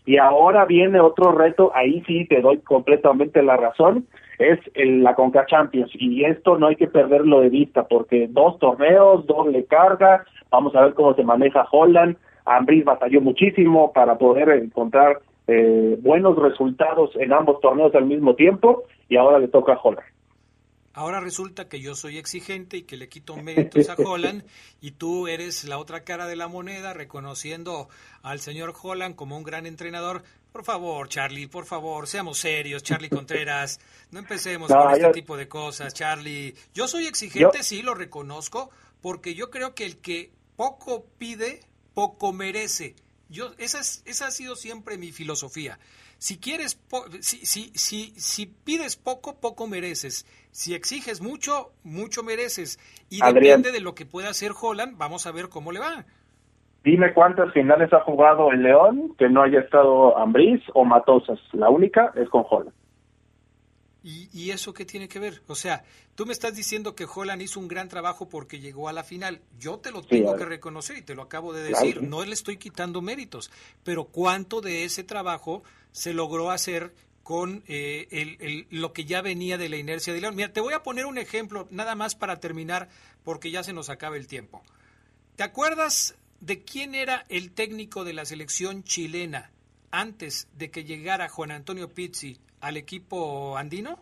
Y ahora viene otro reto, ahí sí te doy completamente la razón, es el, la Conca Champions, y esto no hay que perderlo de vista, porque dos torneos, doble carga, vamos a ver cómo se maneja Holland. Ambriz batalló muchísimo para poder encontrar eh, buenos resultados en ambos torneos al mismo tiempo, y ahora le toca a Holland. Ahora resulta que yo soy exigente y que le quito méritos a Holland y tú eres la otra cara de la moneda reconociendo al señor Holland como un gran entrenador. Por favor, Charlie, por favor, seamos serios, Charlie Contreras. No empecemos no, con yo... este tipo de cosas, Charlie. Yo soy exigente, yo... sí, lo reconozco, porque yo creo que el que poco pide, poco merece. Yo, esa, es, esa ha sido siempre mi filosofía. Si quieres, po- si, si, si, si pides poco, poco mereces. Si exiges mucho, mucho mereces. Y Adrián, depende de lo que pueda hacer Holland, vamos a ver cómo le va. Dime cuántas finales ha jugado el León que no haya estado Ambriz o Matosas. La única es con Holland. ¿Y, ¿Y eso qué tiene que ver? O sea, tú me estás diciendo que Holland hizo un gran trabajo porque llegó a la final. Yo te lo tengo sí, que reconocer y te lo acabo de decir. Claro. No le estoy quitando méritos. Pero ¿cuánto de ese trabajo se logró hacer con eh, el, el, lo que ya venía de la inercia de León? Mira, te voy a poner un ejemplo nada más para terminar porque ya se nos acaba el tiempo. ¿Te acuerdas de quién era el técnico de la selección chilena antes de que llegara Juan Antonio Pizzi al equipo andino?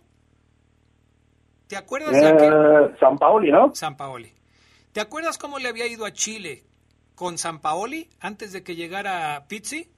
¿Te acuerdas eh, de aquel? Sampaoli, ¿no? Sampaoli. ¿Te acuerdas cómo le había ido a Chile con Sampaoli antes de que llegara Pizzi?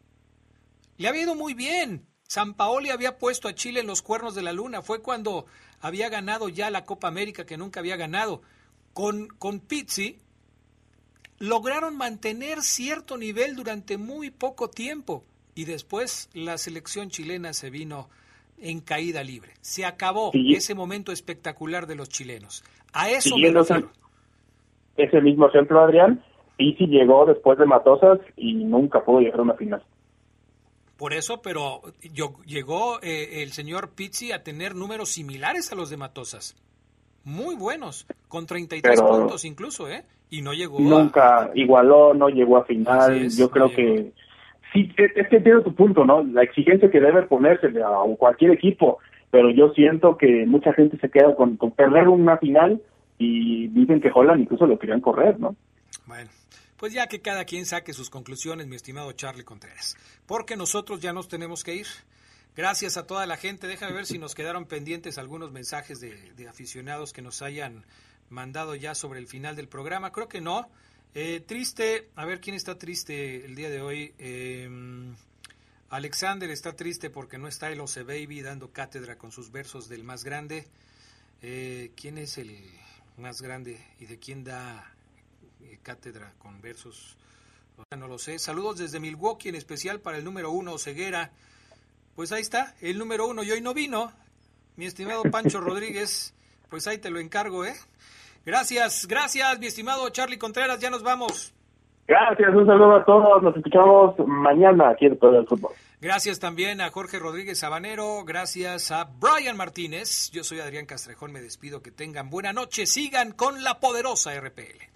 Le había ido muy bien. Sampaoli había puesto a Chile en los cuernos de la luna. Fue cuando había ganado ya la Copa América que nunca había ganado. Con, con Pizzi lograron mantener cierto nivel durante muy poco tiempo. Y después la selección chilena se vino en caída libre. Se acabó sí. ese momento espectacular de los chilenos. A eso Siguiendo me refiero. Ese mismo ejemplo, Adrián, Pizzi llegó después de Matosas y nunca pudo llegar a una final. Por eso, pero yo, llegó eh, el señor Pizzi a tener números similares a los de Matosas. Muy buenos, con treinta y tres pero puntos incluso, ¿eh? Y no llegó Nunca a... igualó, no llegó a final. Es, yo creo no que... Sí, es que entiendo tu punto, ¿no? La exigencia que debe ponerse a cualquier equipo, pero yo siento que mucha gente se queda con, con perder una final y dicen que Holland incluso lo querían correr, ¿no? Bueno, pues ya que cada quien saque sus conclusiones, mi estimado Charlie Contreras, porque nosotros ya nos tenemos que ir. Gracias a toda la gente. Déjame ver si nos quedaron pendientes algunos mensajes de, de aficionados que nos hayan mandado ya sobre el final del programa. Creo que no. Eh, triste, a ver, ¿quién está triste el día de hoy? Eh, Alexander está triste porque no está el Ose Baby dando cátedra con sus versos del más grande. Eh, ¿Quién es el más grande y de quién da eh, cátedra con versos? No lo sé. Saludos desde Milwaukee, en especial para el número uno, Ceguera. Pues ahí está, el número uno, y hoy no vino, mi estimado Pancho Rodríguez. Pues ahí te lo encargo, ¿eh? Gracias, gracias, mi estimado Charlie Contreras, ya nos vamos. Gracias, un saludo a todos, nos escuchamos mañana aquí en Todo el Fútbol. Gracias también a Jorge Rodríguez Sabanero, gracias a Brian Martínez, yo soy Adrián Castrejón, me despido, que tengan buena noche, sigan con la poderosa R P L.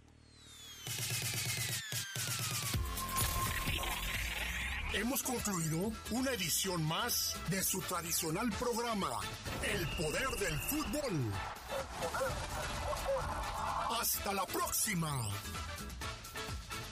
Hemos concluido una edición más de su tradicional programa, El Poder del Fútbol. Hasta la próxima.